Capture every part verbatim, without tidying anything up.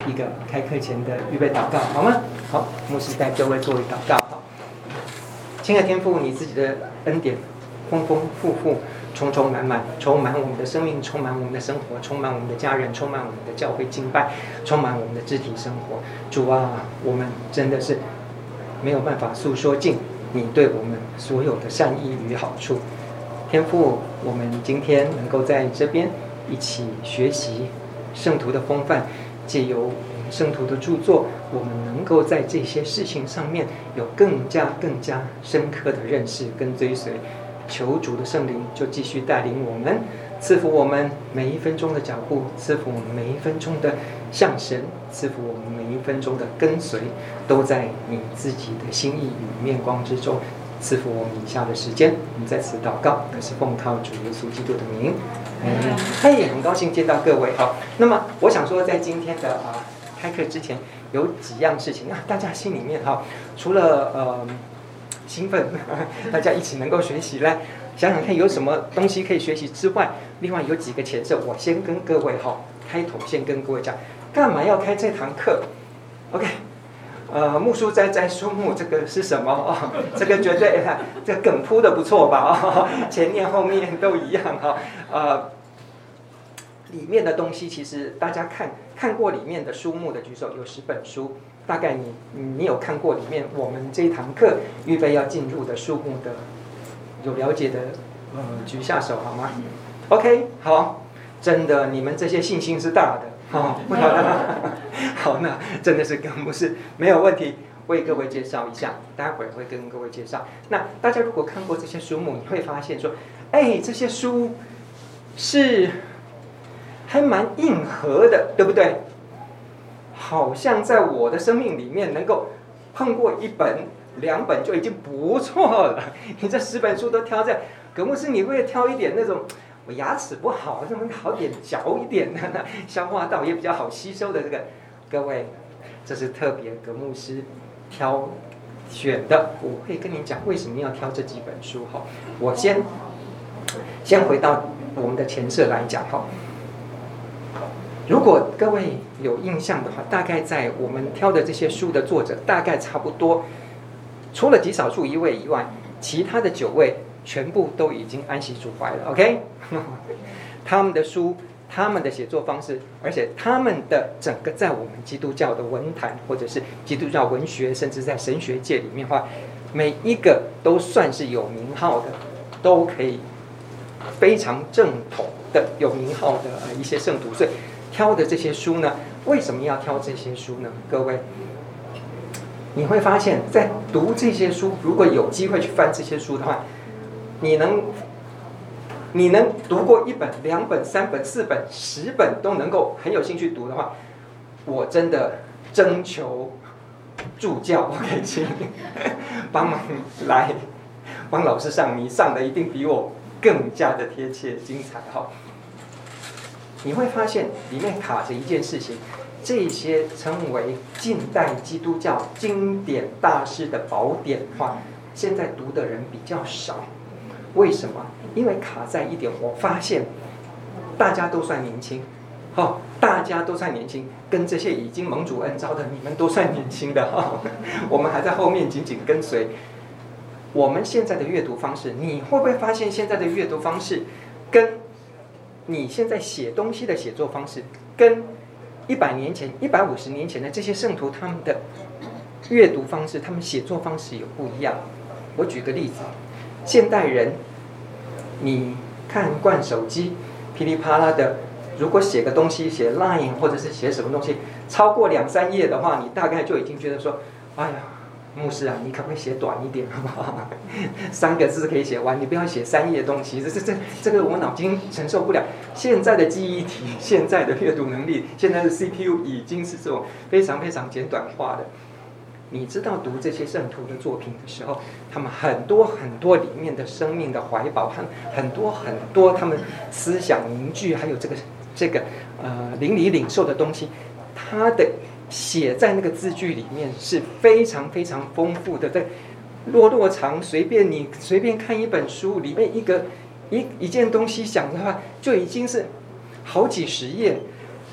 一个开课前的预备祷告，好吗？好，牧师带各位做一祷告。好，亲爱的天父，你自己的恩典丰丰富富、充充满满，充满我们的生命，充满我们的生活，充满我们的家人，充满我们的教会敬拜，充满我们的肢体生活。主啊，我们真的是没有办法诉说尽你对我们所有的善意与好处。天父，我们今天能够在这边一起学习圣徒的风范，借由圣徒的著作，我们能够在这些事情上面有更加更加深刻的认识跟追随。求主的圣灵就继续带领我们，赐福我们每一分钟的脚步，赐福我们每一分钟的向神，赐福我们每一分钟的跟随，都在你自己的心意与面光之中。赐福我们以下的时间，我们在此祷告，那是奉靠主耶稣基督的名。嗯，嘿，很高兴见到各位。好，那么我想说，在今天的啊开课之前，有几样事情啊，大家心里面哈，除了呃兴奋，大家一起能够学习来想想看有什么东西可以学习之外，另外有几个前设，我先跟各位哈开头先跟各位讲，干嘛要开这堂课 ？OK。呃，木书栽栽树木，这个是什么哦？这个绝对，这个梗铺的不错吧？哦，前面后面都一样哈。呃，里面的东西其实大家看看过里面的书目的举手，有十本书，大概你你有看过里面我们这一堂课预备要进入的书目的，有了解的呃举下手好吗 ？OK， 好，真的你们这些信心是大的。哦，不好的，好，那真的是跟牧师没有问题。为各位介绍一下，待会儿会跟各位介绍。那大家如果看过这些书目，你会发现说，哎，这些书是还蛮硬核的，对不对？好像在我的生命里面能够碰过一本、两本就已经不错了。你这十本书都挑在，葛牧师，你会挑一点那种？我牙齿不好，这么好点嚼一点的，消化道也比较好吸收的这个，各位，这是特别葛牧师挑选的。我会跟你讲为什么要挑这几本书哈。我先先回到我们的前设来讲哈。如果各位有印象的话，大概在我们挑的这些书的作者，大概差不多，除了极少数一位以外，其他的九位。全部都已经安息主怀了 ，OK？ 他们的书，他们的写作方式，而且他们的整个在我们基督教的文坛，或者是基督教文学，甚至在神学界里面的话，每一个都算是有名号的，都可以非常正统的有名号的一些圣徒。所以挑的这些书呢，为什么要挑这些书呢？各位，你会发现在读这些书，如果有机会去翻这些书的话，你能，你能读过一本、两本、三本、四本、十本都能够很有兴趣读的话，我真的征求助教，我可以请帮忙来帮老师上，你上的一定比我更加的贴切精彩哈。你会发现里面卡着一件事情，这些称为近代基督教经典大师的宝典话，现在读的人比较少。为什么？因为卡在一点，我发现大家都算年轻，哦，大家都算年轻，跟这些已经蒙主恩召的，你们都算年轻的哈、哦。我们还在后面紧紧跟随。我们现在的阅读方式，你会不会发现现在的阅读方式，跟你现在写东西的写作方式，跟一百年前、一百五十年前的这些圣徒他们的阅读方式、他们写作方式有不一样？我举个例子。现代人，你看惯手机，噼里啪啦的，如果写个东西，写 Line 或者是写什么东西，超过两三页的话，你大概就已经觉得说，哎呀，牧师啊，你可不可以写短一点，好不好？三个字可以写完，你不要写三页东西，这这这这个我脑筋承受不了。现在的记忆体，现在的阅读能力，现在的 C P U 已经是这种非常非常简短化的。你知道读这些圣徒的作品的时候，他们很多很多里面的生命的怀抱，很很多很多他们思想凝聚，还有这个这个呃灵里领受的东西，他的写在那个字句里面是非常非常丰富的。在落落长，随便你随便看一本书里面一个一一件东西想的话，就已经是好几十页。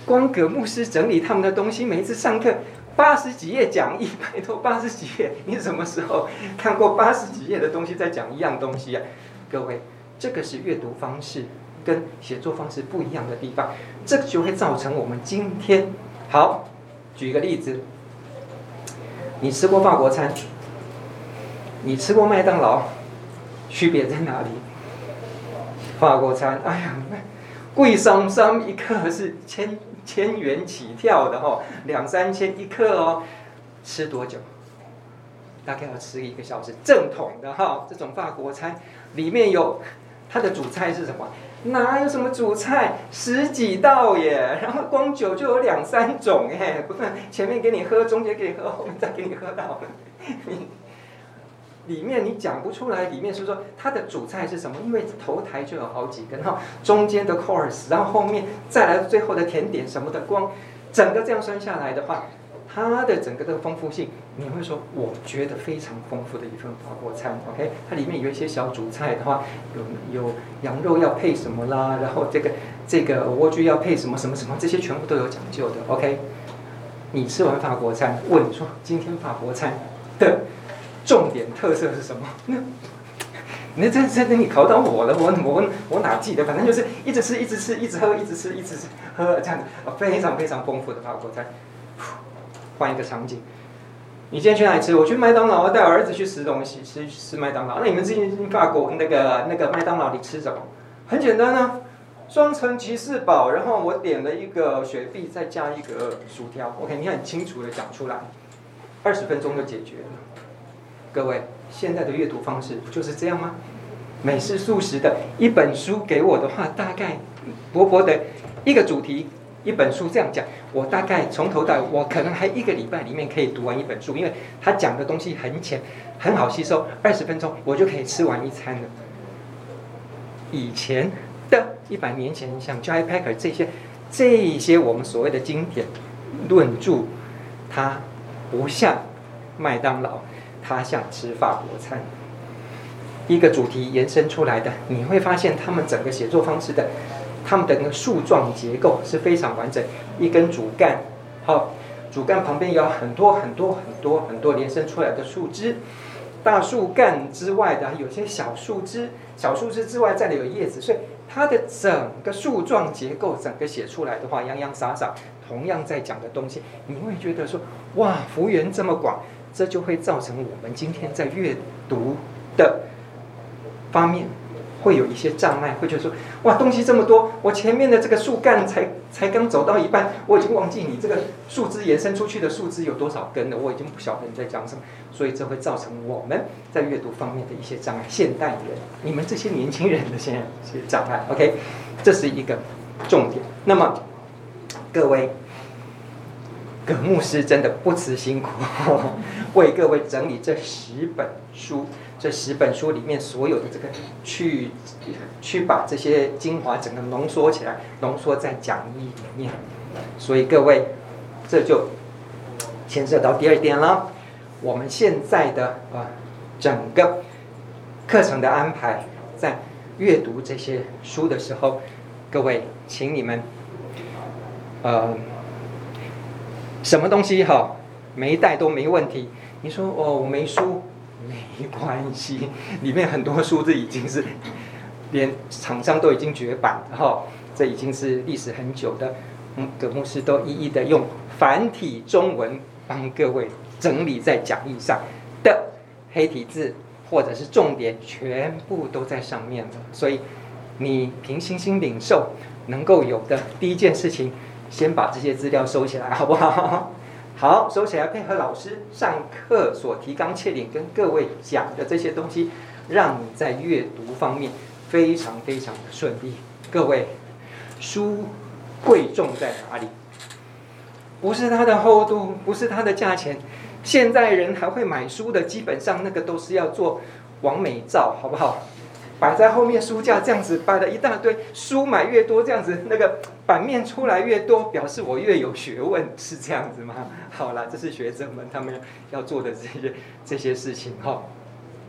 光葛牧师整理他们的东西，每一次上课八十几页讲义，拜托八十几页，你什么时候看过八十几页的东西在讲一样东西啊？各位，这个是阅读方式跟写作方式不一样的地方，这个就会造成我们今天好。举一个例子，你吃过法国餐，你吃过麦当劳，区别在哪里？法国餐，哎呀，贵松松一克是千千元起跳的哦，两三千一克哦，吃多久？大概要吃一个小时。正统的哈，这种法国餐里面有它的主菜是什么？哪有什么主菜，十几道耶，然后光酒就有两三种耶，不是前面给你喝，中间给你喝，后面再给你喝到，你里面你讲不出来，里面是说它的主菜是什么？因为头台就有好几根哈，中间的 course， 然后后面再来最后的甜点什么的，光整个这样算下来的话，它的整个的丰富性，你会说，我觉得非常丰富的一份法国餐。OK， 它里面有一些小主菜的话，有有羊肉要配什么啦，然后这个这个莴苣要配什么什么什么，这些全部都有讲究的。OK， 你吃完法国餐，问说今天法国餐的重点特色是什么？那你这这你考到我了，我我我哪记得？反正就是一直吃，一直吃，一直喝，一直吃，一直吃喝这样子，非常非常丰富的法国餐。换一个场景，你今天去哪里吃？我去麦当劳，带我儿子去吃东西，吃吃麦当劳。那你们之前去法国那个那个麦当劳，你吃什么？很简单啊，双层吉士堡，然后我点了一个雪碧，再加一个薯条。OK， 你很清楚的讲出来，二十分钟就解决了。各位，现在的阅读方式不就是这样吗？美式素食的一本书给我的话，大概薄薄的一个主题。一本书这样讲，我大概从头到尾，我可能还一个礼拜里面可以读完一本书，因为他讲的东西很浅，很好吸收，二十分钟我就可以吃完一餐了。以前的一百年前，像 J I Packer 这些这些我们所谓的经典论著，它不像麦当劳，它像吃法国餐，一个主题延伸出来的，你会发现他们整个写作方式的。它们的那个树状结构是非常完整，一根主干，好，主干旁边有很多很多很多很多延伸出来的树枝，大树干之外的有些小树枝，小树枝之外再有叶子，所以它的整个树状结构整个写出来的话，洋洋洒洒，同样在讲的东西，你会觉得说，哇，幅员这么广，这就会造成我们今天在阅读的方面。会有一些障碍，会觉得说，哇，东西这么多，我前面的这个树干才才刚走到一半，我已经忘记你这个树枝延伸出去的树枝有多少根了，我已经不晓得你在讲什么，所以这会造成我们在阅读方面的一些障碍。现代人，你们这些年轻人的现在一些障碍 ，OK， 这是一个重点。那么，各位，葛牧师真的不辞辛苦，为各位整理这十本书。这十本书里面所有的这个去去把这些精华整个浓缩起来，浓缩在讲义里面。所以各位，这就牵涉到第二点了。我们现在的呃整个课程的安排，在阅读这些书的时候，各位，请你们呃什么东西哈没带都没问题。你说哦，我没书。没关系，里面很多书字已经是连厂商都已经绝版了哈，这已经是历史很久的。嗯，葛牧师都一一的用繁体中文帮各位整理在讲义上的黑体字或者是重点，全部都在上面了。所以你凭心心领受能够有的第一件事情，先把这些资料收起来，好不好？好，收起来，配合老师上课所提纲挈领跟各位讲的这些东西，让你在阅读方面非常非常的顺利。各位，书贵重在哪里？不是它的厚度，不是它的价钱。现在人还会买书的，基本上那个都是要做完美照，好不好？摆在后面书架这样子摆了一大堆书，买越多这样子，那个版面出来越多，表示我越有学问，是这样子吗？好啦，这是学生们他们要做的这些这些事情哈。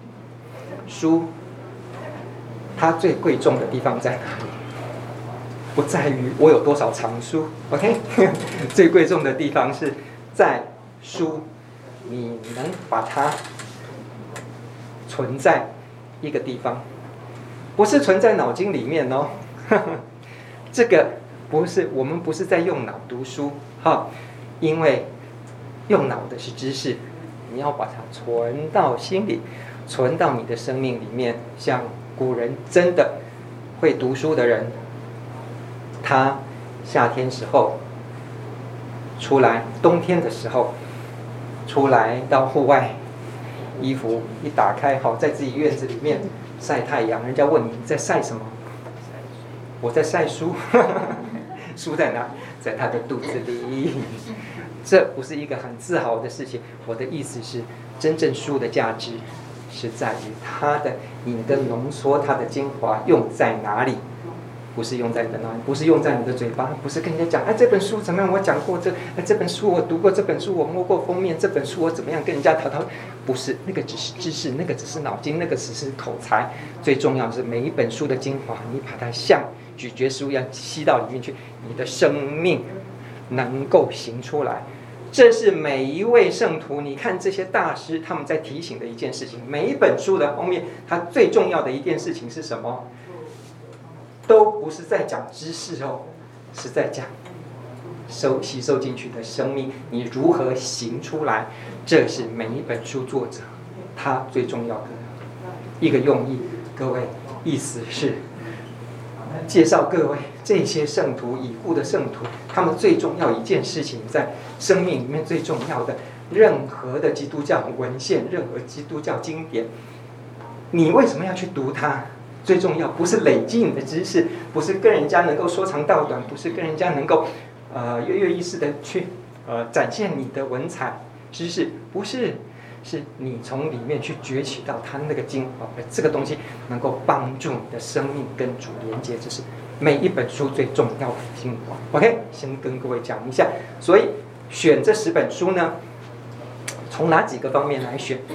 书它最贵重的地方在哪里？ 不在于我有多少藏书 ，OK？ 最贵重的地方是在书，你能把它存在一个地方，不是存在脑筋里面哦。这个不是，我们不是在用脑读书哈，因为用脑的是知识，你要把它存到心里，存到你的生命里面。像古人真的会读书的人，他夏天时候出来，冬天的时候出来到户外，衣服一打开，好，在自己院子里面晒太阳，人家问你在晒什么？我在晒书。书在哪？在他的肚子里。这不是一个很自豪的事情。我的意思是，真正书的价值是在于它的，你的浓缩它的精华用在哪里，不是用在你的脑，不是用在你的嘴巴，不是跟人家讲，哎，这本书怎么样？我讲过这，哎，这本书我读过，这本书我摸过封面，这本书我怎么样跟人家讨讨？不是，那个只是知识，那个只是脑筋，那个只是口才。最重要的是每一本书的精华，你把它像咀嚼食物一样吸到里面去，你的生命能够行出来。这是每一位圣徒，你看这些大师他们在提醒的一件事情。每一本书的后面，它最重要的一件事情是什么？都不是在讲知识哦，是在讲收吸收进去的生命，你如何行出来。这是每一本书作者他最重要的一个用意。各位，意思是介绍各位这些圣徒，已故的圣徒，他们最重要一件事情，在生命里面最重要的，任何的基督教文献，任何基督教经典，你为什么要去读它？最重要不是累积你的知识，不是跟人家能够说长道短，不是跟人家能够呃跃跃欲试的去呃展现你的文采知识，不是，是你从里面去攫取到它那个精华，这个东西能够帮助你的生命跟主连接，这是每一本书最重要的精华。OK， 先跟各位讲一下，所以选这十本书呢，从哪几个方面来选？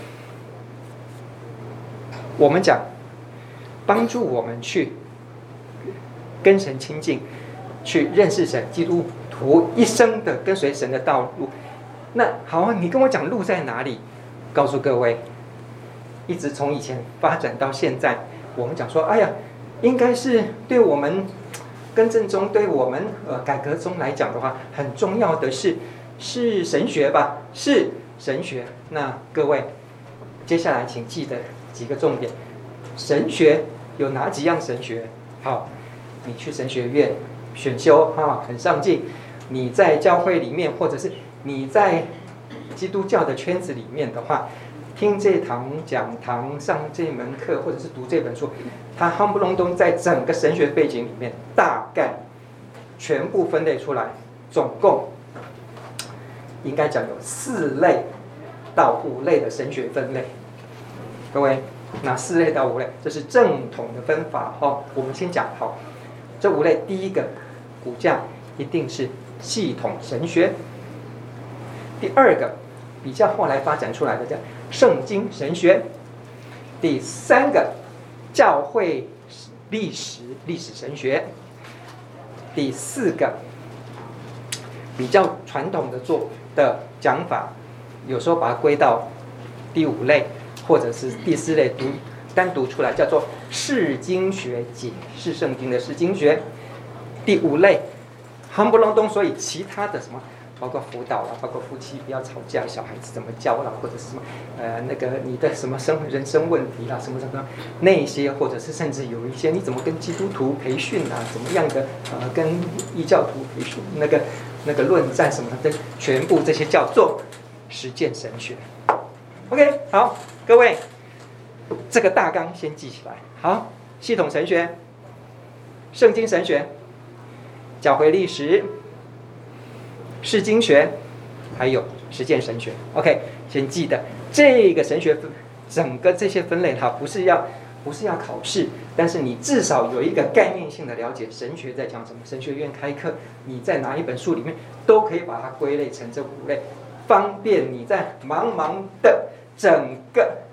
我们讲帮助我们去跟神亲近，去认识神，基督徒一生的跟随神的道路。那好，你跟我讲路在哪里？告诉各位，一直从以前发展到现在，我们讲说，哎呀，应该是对我们更正中，对我们呃改革中来讲的话，很重要的是是神学吧？是神学。那各位，接下来请记得几个重点。神学有哪几样神学？好，你去神学院选修哈，很上进。你在教会里面，或者是你在基督教的圈子里面的话，听这堂讲堂、上这门课，或者是读这本书，它夯不隆咚在整个神学背景里面，大概全部分类出来，总共应该讲有四类到五类的神学分类。各位，那四类到五类，这是正统的分法哈。我们先讲好，这五类，第一个骨架一定是系统神学。第二个比较后来发展出来的叫圣经神学。第三个教会历史历史神学。第四个比较传统的做的讲法，有时候把它归到第五类或者是第四类读单独出来，叫做释经学，解释圣经的释经学。第五类夯不隆咚，所以其他的什么包括辅导啦，包括夫妻不要吵架，小孩子怎么教啦，或者是什么呃那个你的什么生人生问题啦，什么什么那些，或者是甚至有一些你怎么跟基督徒培训啊，怎么样的呃跟异教徒培训那个那个论战什么的，全部这些叫做实践神学。OK， 好，各位，这个大纲先记起来。好，系统神学、圣经神学、教会历史、释经学，还有实践神学。OK， 先记得这个神学整个这些分类，它不是要不是要考试，但是你至少有一个概念性的了解，神学在讲什么。神学院开课，你在哪一本书里面都可以把它归类成这五类，方便你在茫茫的整个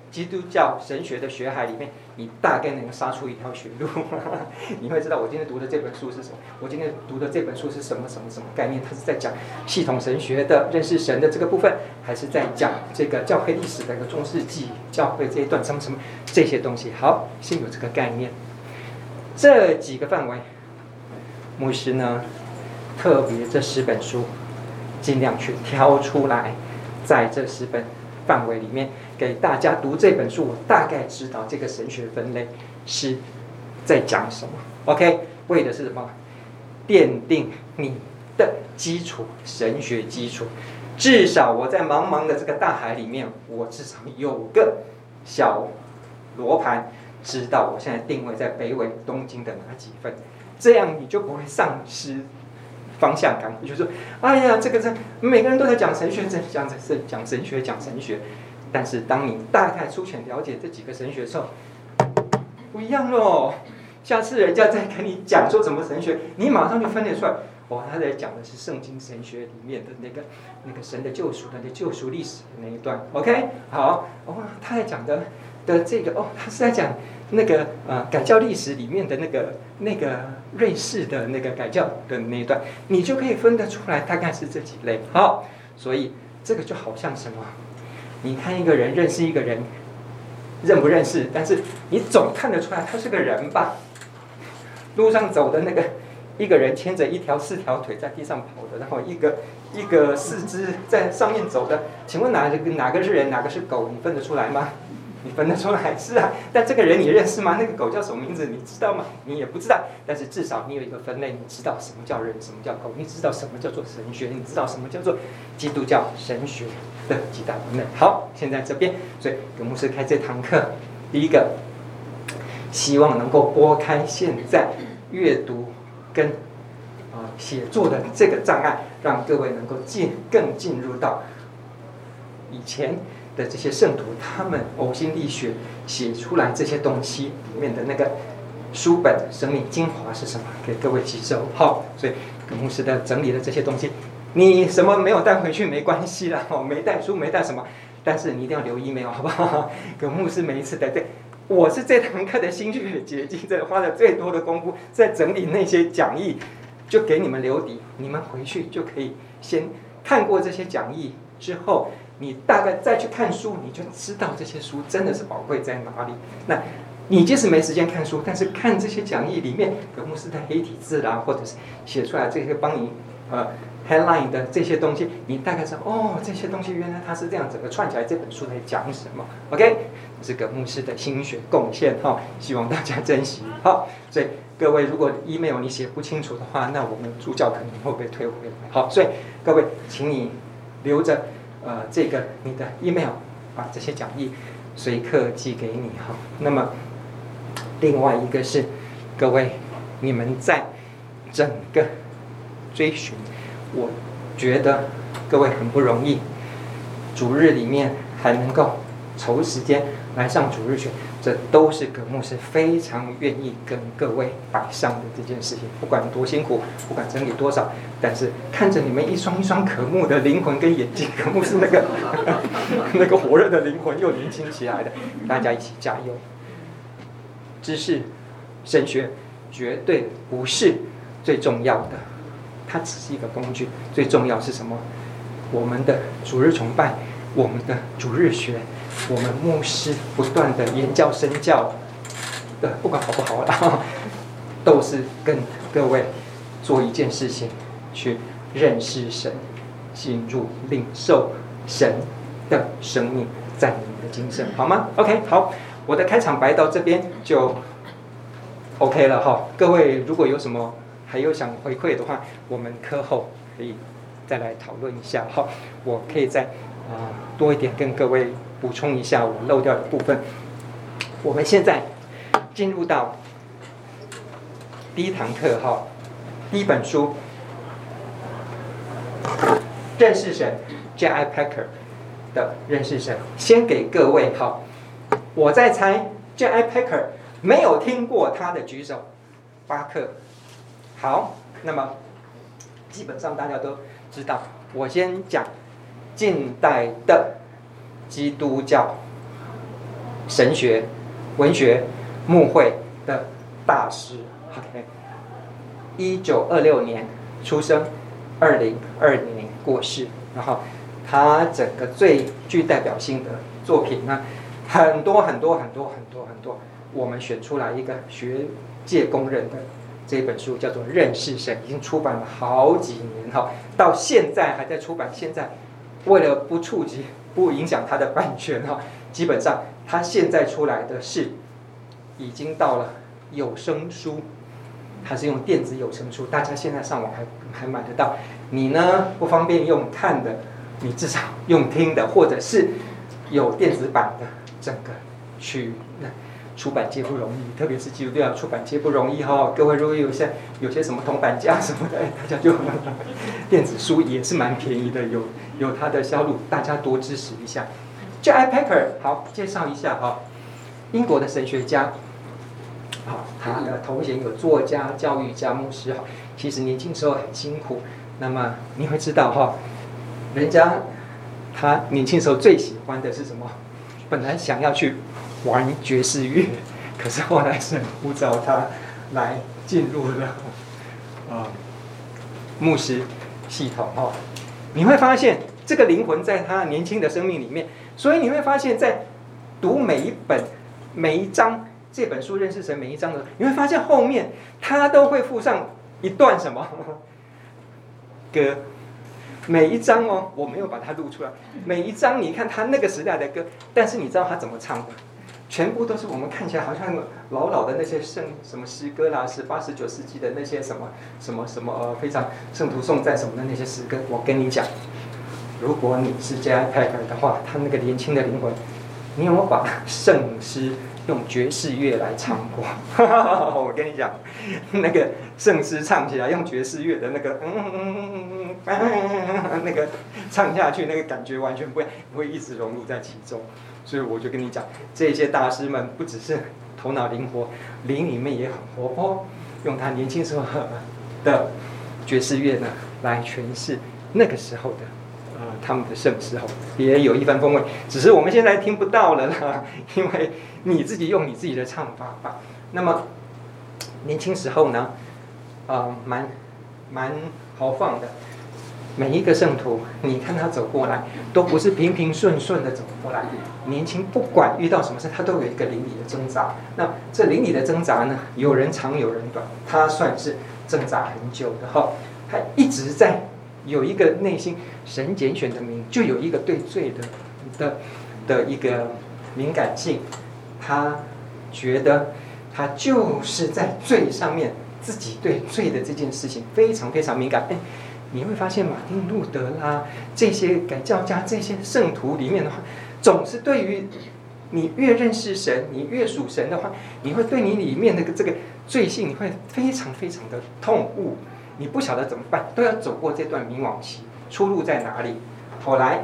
基督教神学的学海里面，你大概能杀出一条血路。你会知道我今天读的这本书是什么，我今天读的这本书是什么什么什么概念？它是在讲系统神学的认识神的这个部分，还是在讲这个教会历史的一个中世纪教会这一段什么什么这些东西？好，先有这个概念。这几个范围，牧师呢特别这十本书，尽量去挑出来，在这十本范围里面给大家读这本书，我大概知道这个神学分类是在讲什么。OK， 为的是什么？奠定你的基础，神学基础。至少我在茫茫的这个大海里面，我至少有个小罗盘，知道我现在定位在北纬东经的哪几分，这样你就不会丧失方向感。也就是说，哎呀，这个这每个人都在讲神学，讲神讲神学，讲神学。但是当你大概粗浅了解这几个神学的时候，不一样咯。下次人家再跟你讲说什么神学，你马上就分得出来，哦，他在讲的是圣经神学里面的那个那个神的救赎的那救赎历史的那一段。OK， 好，哦，他在讲的的这个，哦，他是在讲那个呃改教历史里面的那个那个瑞士的那个改教的那一段，你就可以分得出来，大概是这几类。好，所以这个就好像什么？你看一个人，认识一个人，认不认识？但是你总看得出来他是个人吧？路上走的那个一个人牵着一条四条腿在地上跑的，然后一个一个四肢在上面走的，请问哪个哪个是人，哪个是狗？你分得出来吗？你分得出来是啊，但这个人你认识吗？那个狗叫什么名字？你知道吗？你也不知道。但是至少你有一个分类，你知道什么叫人，什么叫狗，你知道什么叫做神学，你知道什么叫做基督教神学的几大分类。好，现在这边，所以葛牧师开这堂课，第一个希望能够拨开现在阅读跟啊、呃、写作的这个障碍，让各位能够进更进入到以前的这些圣徒他们呕心沥血写出来这些东西里面的那个书本生命精华是什么，给各位吸收。好，所以葛牧师的整理的这些东西，你什么没有带回去没关系啦，没带书没带什么，但是你一定要留 email 好不好？葛牧师每一次的对。我是这堂课的心血结晶，这花了最多的功夫在整理那些讲义，就给你们留底，你们回去就可以先看过这些讲义之后，你大概再去看书，你就知道这些书真的是宝贵在哪里。那你即使没时间看书，但是看这些讲义里面葛牧师的黑体字啦，或者是写出来这些帮你呃 headline 的这些东西，你大概知道哦，这些东西原来它是这样整个串起来，这本书在讲什么。OK。这是葛牧师的心血贡献哈，希望大家珍惜。好，所以各位如果 email 你写不清楚的话，那我们助教可能会被退回来。好，所以各位，请你留着呃这个你的 email， 把这些讲义随课寄给你哈。那么另外一个是各位，你们在整个追寻，我觉得各位很不容易，主日里面还能够抽时间来上主日学，这都是葛牧师非常愿意跟各位摆上的这件事情。不管多辛苦，不管整理多少，但是看着你们一双一双渴慕的灵魂跟眼睛，葛牧师那个那个火热的灵魂又年轻起来的，大家一起加油！知识神学绝对不是最重要的，它只是一个工具。最重要是什么？我们的主日崇拜，我们的主日学。我们牧师不断的言教身教的，不管好不好啦，都是跟各位做一件事情，去认识神，进入领受神的生命，在你们的今生，好吗 ？OK， 好，我的开场白到这边就 OK 了哈。各位如果有什么还有想回馈的话，我们课后可以再来讨论一下哈。我可以再啊、呃、多一点跟各位补充一下我漏掉的部分。我们现在进入到第一堂课哈，第一本书认识神 J I Packer 的认识神，先给各位哈，我在猜 J I Packer 没有听过他的举手，巴克。好，那么基本上大家都知道，我先讲近代的基督教神学、文学、牧会的大师。OK， 一九二六年出生，二零二零年过世。然后他整个最具代表性的作品呢，很多很多很多很多很多，我们选出来一个学界公认的这本书，叫做《认识神》，已经出版了好几年哈，到现在还在出版。现在为了不触及、不影响他的版权哈，基本上他现在出来的是已经到了有声书，它是用电子有声书，大家现在上网还还买得到。你呢不方便用看的，你至少用听的，或者是有电子版的，整个去出版界不容易，特别是基督教出版界不容易哈。各位如果有些有些什么铜版价什么的，大家就电子书也是蛮便宜的，有有它的销路，大家多支持一下。J I Packer 好介绍一下哈，英国的神学家。好，他的头衔有作家、教育家、牧师。好，其实年轻时候很辛苦。那么你会知道哈，人家他年轻时候最喜欢的是什么？本来想要去玩爵士乐，可是后来神呼召他来进入了呃牧师系统哈。你会发现这个灵魂在他年轻的生命里面，所以你会发现在读每一本每一章。这本书认识神每一章的，你会发现后面他都会附上一段什么歌，每一章哦，我没有把它录出来。每一章你看他那个时代的歌，但是你知道他怎么唱的？全部都是我们看起来好像老老的那些圣什么诗歌啦，十八、十九世纪的那些什么什么什么呃非常圣徒颂赞什么的那些诗歌。我跟你讲，如果你是 J I Packer 的话，他那个年轻的灵魂，你有没有把圣诗用爵士乐来唱过？我跟你讲，那个圣诗唱起来用爵士乐的那个，嗯嗯嗯嗯，那个唱下去那个感觉完全不会不会一直融入在其中。所以我就跟你讲，这些大师们不只是头脑灵活，灵里面也很活泼，用他年轻时候的爵士乐呢来诠释那个时候的。呃，他们的圣诗后也有一番风味，只是我们现在听不到了啦，因为你自己用你自己的唱法吧。那么年轻时候呢，呃，蛮蛮豪放的。每一个圣徒，你看他走过来，都不是平平顺顺的走过来。年轻不管遇到什么事，他都有一个灵里的挣扎。那这灵里的挣扎呢，有人长有人短，他算是挣扎很久的哈，他一直在。有一个内心神拣选的民，就有一个对罪的的的一个敏感性，他觉得他就是在罪上面，自己对罪的这件事情非常非常敏感。哎，你会发现马丁路德啦，这些改教家、这些圣徒里面的话，总是对于你越认识神，你越属神的话，你会对你里面的这个罪性，你会非常非常的痛恶。你不晓得怎么办，都要走过这段迷惘期，出路在哪里？后来，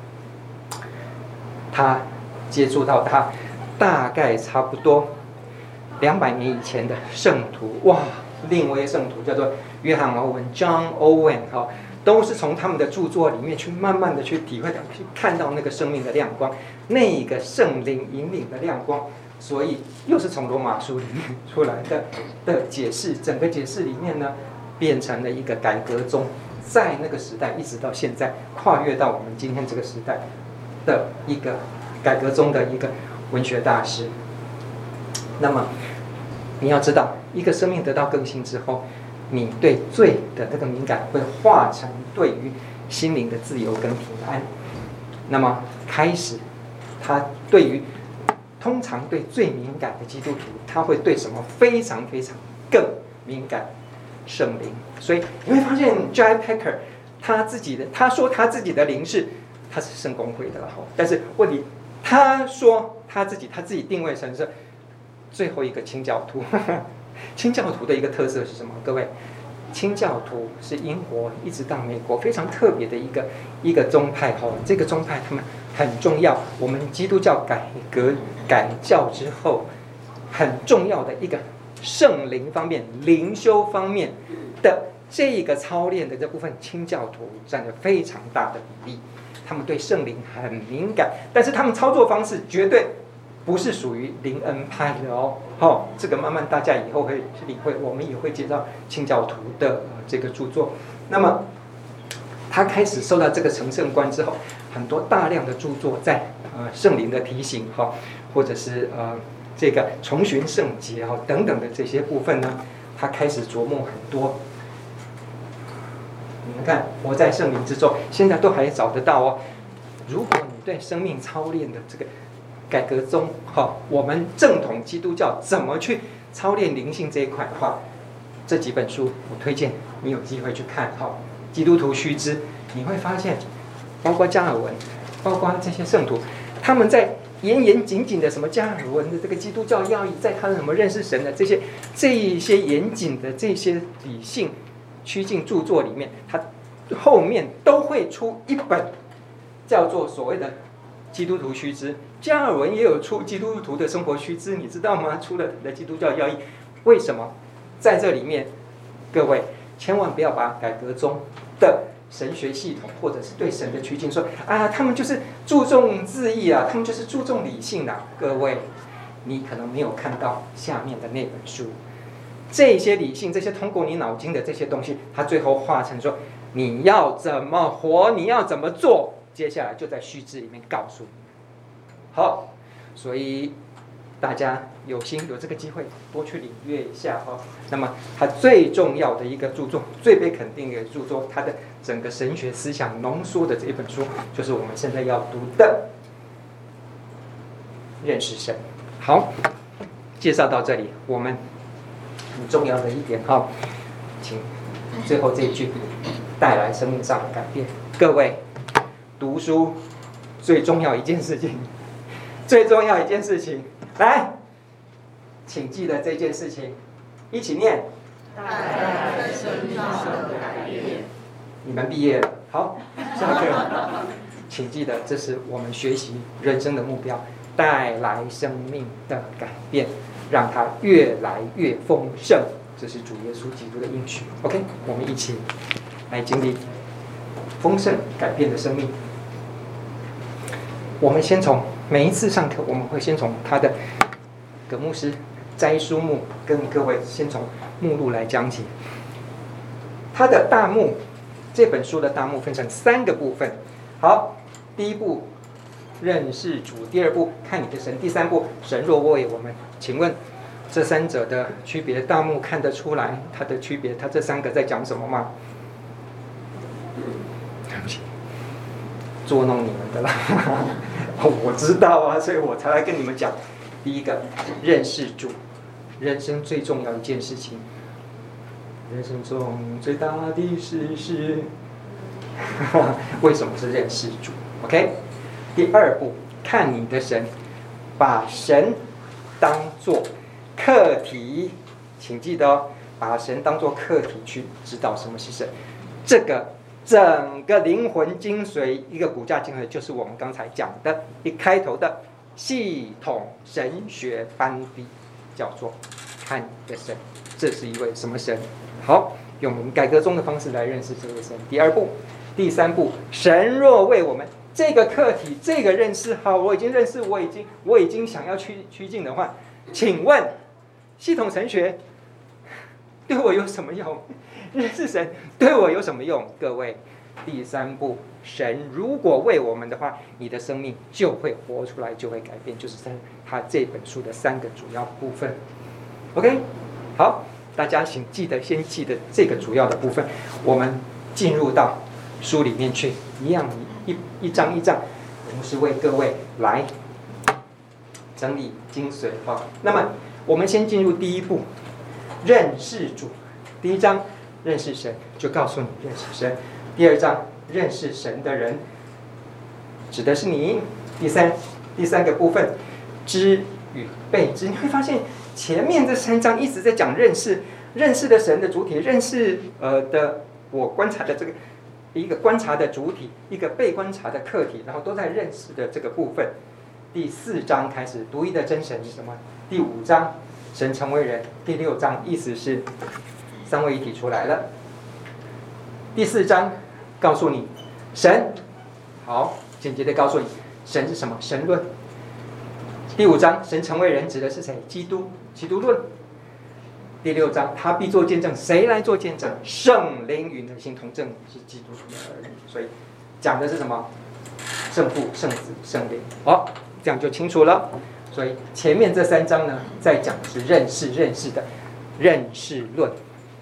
他接触到他大概差不多两百年以前的圣徒，哇，另一位圣徒叫做约翰·欧文 （John Owen） 哈，都是从他们的著作里面去慢慢的去体会到、去看到那个生命的亮光，那个圣灵引领的亮光。所以又是从罗马书里面出来的的解释，整个解释里面呢。变成了一个改革中，在那个时代一直到现在，跨越到我们今天这个时代的一个改革中的一个文学大师。那么你要知道，一个生命得到更新之后，你对罪的那个敏感会化成对于心灵的自由跟平安。那么开始，他对于通常对最敏感的基督徒，他会对什么非常非常更敏感？圣灵。所以你会发现 J I Packer 他自己的，他说他自己的灵是他是圣公会的了哈，但是问题他说他自己他自己定位成是最后一个清教徒。清教徒的一个特色是什么？各位，清教徒是英国一直到美国非常特别的一个一个宗派哈。这个宗派他们很重要，我们基督教改革改教之后很重要的一个。圣灵方面、灵修方面的这个操练的这部分，清教徒占了非常大的比例。他们对圣灵很敏感，但是他们操作方式绝对不是属于灵恩派的哦。好、哦，这个慢慢大家以后会领会，我们也会介绍清教徒的、呃、这个著作。那么他开始受到这个成圣观之后，很多大量的著作在呃圣灵的提醒哈、哦，或者是呃这个重寻圣洁哈、哦、等等的这些部分呢，他开始琢磨很多。你们看，活在圣灵之中，现在都还找得到哦。如果你对生命操练的这个改革中，哈，我们正统基督教怎么去操练灵性这一块的话，这几本书我推荐你有机会去看哈。基督徒须知，你会发现，包括加尔文，包括这些圣徒，他们在严严谨谨的什么加尔文的这个基督教要义，在他的什么认识神的这些这一些严谨的这些理性趋近著作里面，他后面都会出一本叫做所谓的基督徒须知。加尔文也有出基督徒的生活须知，你知道吗？出了的基督教要义，为什么？在这里面，各位千万不要把改革中的神学系统或者是对神的趋近说啊，他们就是注重字义啊，他们就是注重理性啊。各位，你可能没有看到下面的那本书，这些理性，这些通过你脑筋的这些东西，它最后化成说你要怎么活，你要怎么做，接下来就在须知里面告诉你。好，所以大家有心有这个机会多去领略一下哈。那么它最重要的一个著作，最被肯定的著作，它的整个神学思想浓缩的这一本书，就是我们现在要读的《认识神》。好，介绍到这里，我们很重要的一点哈，请最后这一句带来生命上的改变。各位，读书最重要一件事情。最重要一件事情，来，请记得这件事情，一起念。带来生命上的改变。你们毕业了，好，下课。请记得，这是我们学习人生的目标，带来生命的改变，让它越来越丰盛。这是主耶稣基督的应许。OK， 我们一起来经历丰盛改变的生命。我们先从每一次上课，我们会先从他的葛牧师摘书目，跟各位先从目录来讲起。他的大目，这本书的大目分成三个部分。好，第一步认识主，第二步看你的神，第三步神若为我们。请问这三者的区别，大目看得出来它的区别？它这三个在讲什么吗？对不起，捉弄你们的啦。我知道啊，所以我才来跟你们讲。第一个，认识主，人生最重要一件事情。人生中最大的事是，为什么是认识主 ？OK。第二步，看你的神，把神当作课题，请记得哦，把神当作课题去知道什么是神。这个。整个灵魂精髓，一个骨架精髓，就是我们刚才讲的一开头的系统神学班底，叫做看你的神。这是一位什么神？好，用我们改革中的方式来认识这位神。第二步，第三步，神若为我们这个课题，这个认识好，我已经认识，我已经我已经想要趋趋近的话，请问系统神学对我有什么用？认识神对我有什么用？各位，第三步，神如果为我们的话，你的生命就会活出来，就会改变，就是在他这本书的三个主要部分。OK， 好，大家请记得先记得这个主要的部分。我们进入到书里面去，一样一一章一章，我们是为各位来整理精髓哈。那么我们先进入第一步，认识主。第一章。认识神，就告诉你认识神。第二章认识神的人，指的是你。第三第三个部分，知与被知。你会发现前面这三章一直在讲认识，认识的神的主体，认识呃的我观察的这个一个观察的主体，一个被观察的客体，然后都在认识的这个部分。第四章开始独一的真神是什么？第五章神成为人。第六章意思是三位一体出来了。第四章告诉你神，好，简洁的告诉你神是什么？神论。 第五章，神成为人指的是谁？基督，基督论。第六章，他必做见证，谁来做见证？圣灵与人心同证，是基督的儿女。所以讲的是什么？圣父、圣子、圣灵。好、哦，这样就清楚了。所以前面这三章呢，在讲的是认识、认识的认识论。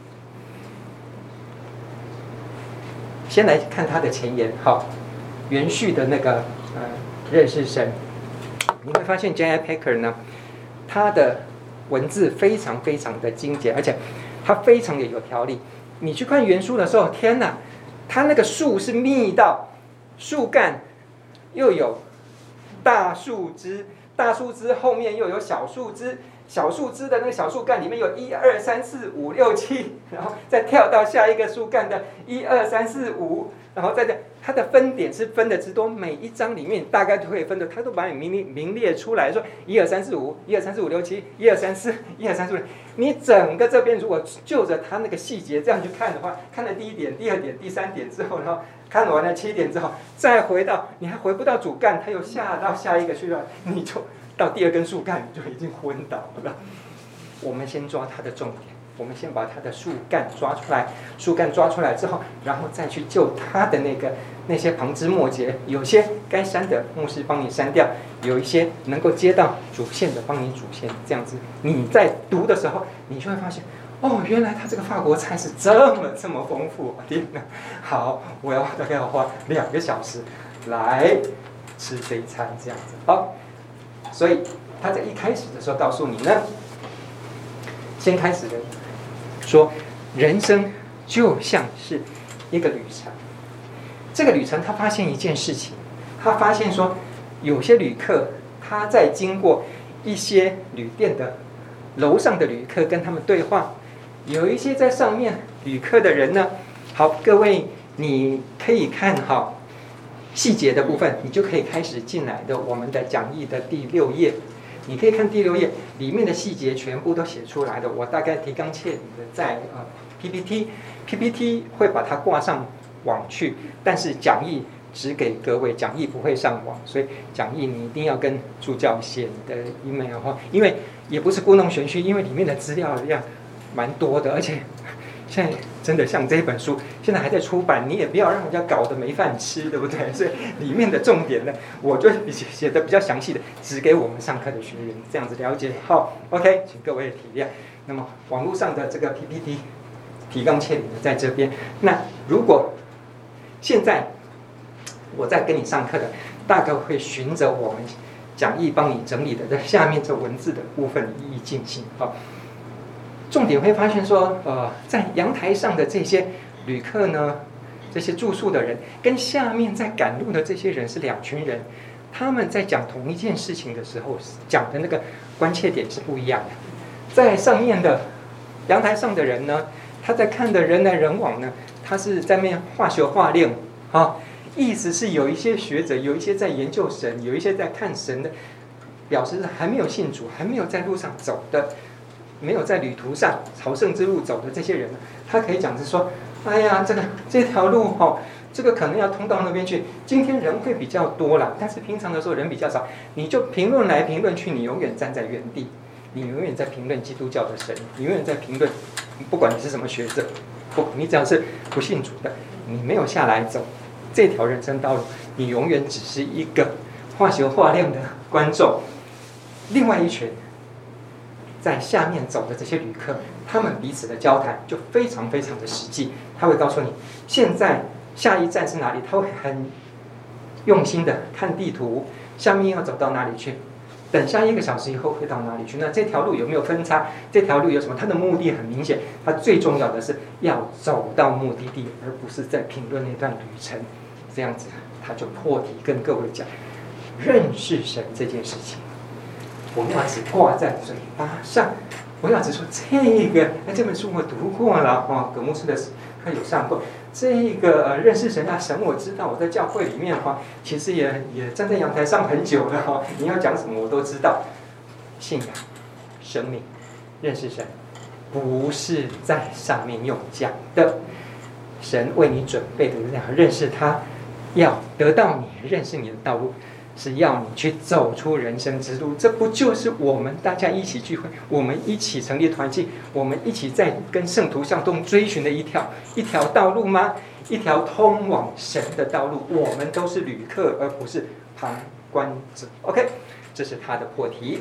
先来看他的前言，好，原序的那个呃认识神，你会发现 J I Packer 呢，他的文字非常非常的精简，而且它非常的有条理。你去看原书的时候，天哪，它那个树是密到树干又有大树枝，大树枝后面又有小树枝，小树枝的那个小树干里面有一二三四五六七，然后再跳到下一个树干的一二三四五，然后再这，它的分点是分的之多，每一章里面大概都可以分的，它都把你明明列出来，说一二三四五，一二三四五六七，一二三四，一二三四五。你整个这边如果就着它那个细节这样去看的话，看了第一点、第二点、第三点之后，然后看完了七点之后，再回到你还回不到主干，它又下到下一个去了，你就到第二根树干你就已经昏倒了。我们先抓它的重点。我们先把它的树干抓出来，树干抓出来之后，然后再去就它的那个那些旁枝末节，有些该删的牧师帮你删掉，有一些能够接到主线的帮你主线，这样子你在读的时候，你就会发现，哦，原来它这个法国菜是这么这么丰富，天哪！好，我要大概要花两个小时来吃这一餐，这样子。好，所以他在一开始的时候告诉你呢，先开始的。说人生就像是一个旅程，这个旅程他发现一件事情，他发现说有些旅客他在经过一些旅店的楼上的旅客跟他们对话，有一些在上面旅客的人呢，好，各位你可以看好细节的部分，你就可以开始进来的我们的讲义的第六页。你可以看第六页里面的细节全部都写出来的，我大概提纲挈领的在呃 P P T，P P T 会把它挂上网去，但是讲义只给各位，讲义不会上网，所以讲义你一定要跟助教写你的 email 哈，因为也不是故弄玄虚，因为里面的资料量蛮多的，而且现在真的像这本书现在还在出版，你也不要让人家搞得没饭吃，对不对？所以里面的重点呢，我就写的比较详细的，只给我们上课的学员这样子了解。好 ，OK， 请各位体谅。那么网络上的这个 P P T 提纲挈领的在这边，那如果现在我在跟你上课的，大概会循着我们讲义帮你整理的在下面这文字的部分一一进行。好。重点会发现说，呃，在阳台上的这些旅客呢，这些住宿的人，跟下面在赶路的这些人是两群人，他们在讲同一件事情的时候，讲的那个关切点是不一样的。在上面的阳台上的人呢，他在看的人来人往呢，他是在面画学画令啊，意思是有一些学者，有一些在研究神，有一些在看神的，表示还没有信主，还没有在路上走的。没有在旅途上朝圣之路走的这些人呢，他可以讲是说，哎呀，这个这条路哦，这个可能要通到那边去。今天人会比较多啦，但是平常的时候人比较少。你就评论来评论去，你永远站在原地，你永远在评论基督教的神，你永远在评论，不管你是什么学者，不，你只要是不信主的，你没有下来走这条人生道路，你永远只是一个画学画亮的观众。另外一群。在下面走的这些旅客，他们彼此的交谈就非常非常的实际。他会告诉你，现在下一站是哪里，他会很用心的看地图，下面要走到哪里去，等下一个小时以后会到哪里去。那这条路有没有分叉？这条路有什么？它的目的很明显，它最重要的是要走到目的地，而不是在评论那段旅程。这样子，他就破题跟各位讲，认识神这件事情。我们要只挂在嘴巴上，我要只说这个，哎，这本书我读过了哦，葛牧师的课有上过。这个、呃、认识神啊，神我知道，我在教会里面哈、哦，其实也也站在阳台上很久了哈、哦。你要讲什么我都知道。信仰、生命、认识神，不是在上面用讲的。神为你准备的那样认识他，要得到你认识你的道路。 是要你去走出人生之路。这不就是我们大家一起聚会，我们一起成立团契，我们一起在跟圣徒相动追寻的一条一条道路吗？一条通往神的道路。我们都是旅客，而不是旁观者。 OK， 这是他的破题。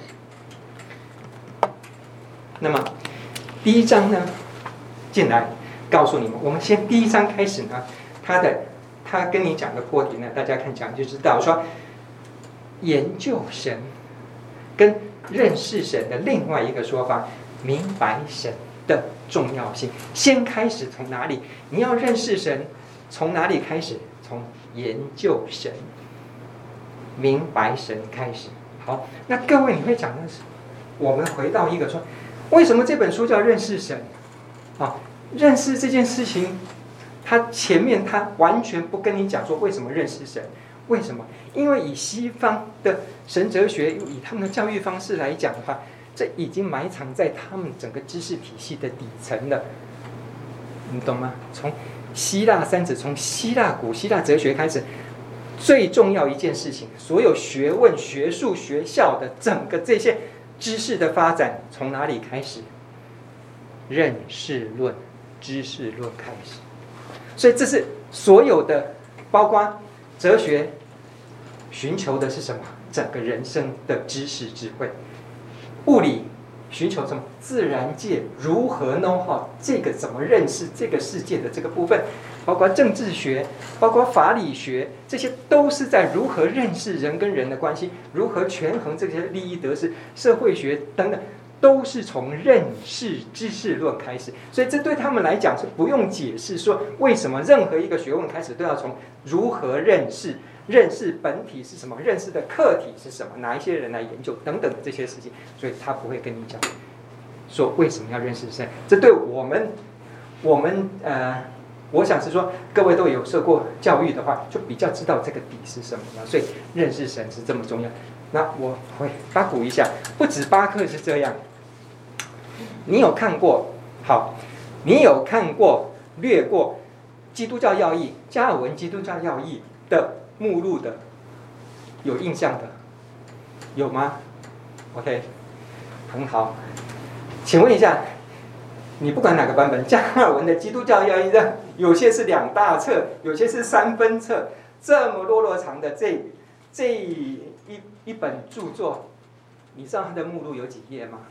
那么第一章呢，进来告诉你们，我们先第一章开始呢，他的他跟你讲的破题呢，大家看讲就知道，说研究神跟认识神的另外一个说法，明白神的重要性。先开始从哪里？你要认识神，从哪里开始？从研究神、明白神开始。好，那各位你会讲的是，我们回到一个说，为什么这本书叫认识神？啊，认识这件事情，他前面他完全不跟你讲说为什么认识神。为什么？因为以西方的神哲学，以他们的教育方式来讲的话，这已经埋藏在他们整个知识体系的底层了，你懂吗？从希腊三子，从希腊古希腊哲学开始，最重要一件事情，所有学问、学术、学校的整个这些知识的发展，从哪里开始？认识论、知识论开始。所以这是所有的，包括哲学寻求的是什么？整个人生的知识智慧。物理寻求什么？自然界如何 know how 这个怎么认识这个世界的这个部分，包括政治学，包括法理学，这些都是在如何认识人跟人的关系，如何权衡这些利益得失，社会学等等，都是从认识知识论开始。所以这对他们来讲是不用解释，说为什么任何一个学问开始都要从如何认识。认识本体是什么？认识的客体是什么？哪一些人来研究等等的这些事情，所以他不会跟你讲说为什么要认识神。这对我们，我们呃，我想是说，各位都有受过教育的话，就比较知道这个底是什么了。所以认识神是这么重要。那我会八股一下，不止巴克是这样。你有看过？好，你有看过略过基督教要义加尔文基督教要义的目录的，有印象的有吗 ？OK， 很好。请问一下，你不管哪个版本，加尔文的基督教要义的，有些是两大册，有些是三分册，这么落落长的这这一一本著作，你知道它的目录有几页吗？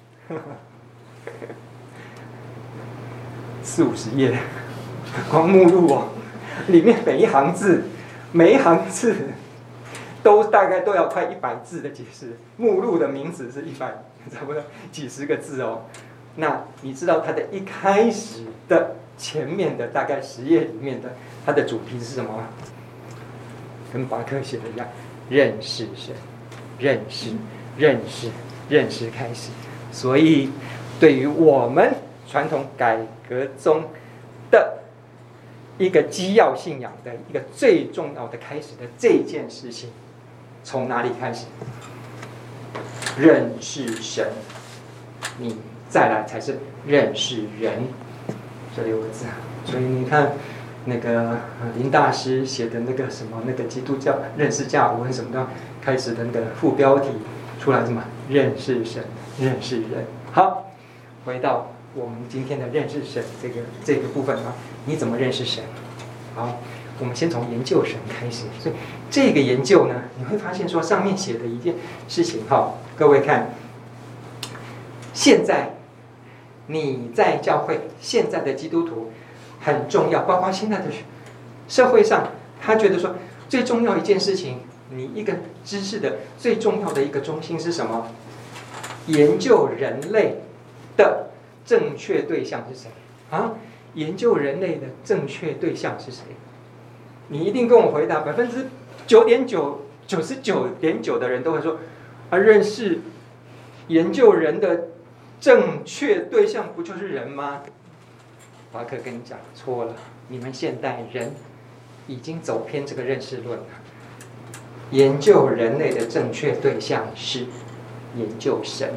四五十页，光目录哦，里面每一行字。每一行字都大概都要快一百字的解释，目录的名字是一百，差不多几十个字哦。那你知道它的一开始的前面的大概十页里面的它的主题是什么吗？跟巴克写的一样，认识神，认识，认识，认识开始。所以对于我们传统改革中的一个基要信仰的一个最重要的开始的这件事情，从哪里开始？认识神，你再来才是认识人。这六个字，所以你看那个林大师写的那个什么那个基督教认识加尔文什么的，开始的那个副标题出来什么？认识神，认识人。好，回到我们今天的认识神这个这个部分啊。你怎么认识神？好，我们先从研究神开始。所以这个研究呢，你会发现说上面写的一件事情哈，各位看，现在你在教会，现在的基督徒很重要，包括现在的社会上，他觉得说最重要一件事情，你一个知识的最重要的一个中心是什么？研究人类的正确对象是谁啊？研究人类的正确对象是谁？你一定跟我回答，百分之九点九、九十九点九的人都会说，啊，认识研究人的正确对象不就是人吗？巴克跟你讲错了，你们现代人已经走偏这个认识论了。研究人类的正确对象是研究神。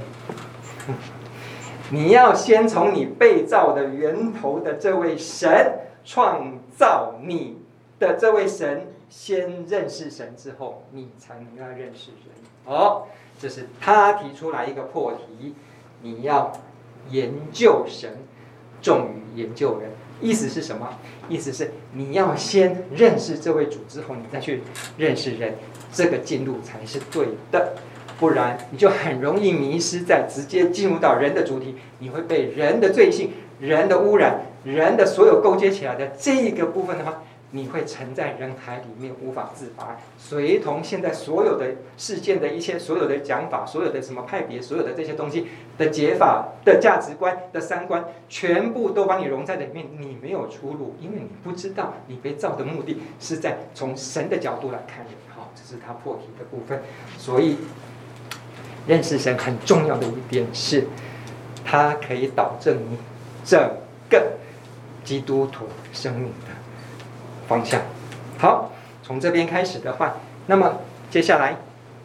你要先从你被造的源头的这位神，创造你的这位神先认识神之后，你才能要认识人。哦，这是他提出来一个破题，你要研究神，重于研究人。意思是什么？意思是你要先认识这位主之后，你再去认识人，这个进路才是对的。不然你就很容易迷失在直接进入到人的主题，你会被人的罪性、人的污染、人的所有勾结起来的这个部分的话，你会沉在人海里面无法自拔，随同现在所有的事件的一切、所有的讲法、所有的什么派别、所有的这些东西的解法的价值观的三观，全部都把你融在里面，你没有出路，因为你不知道你被造的目的是在从神的角度来看人。好，这是他破题的部分。所以认识神很重要的一点是，它可以导正你整个基督徒生命的方向。好，从这边开始的话，那么接下来，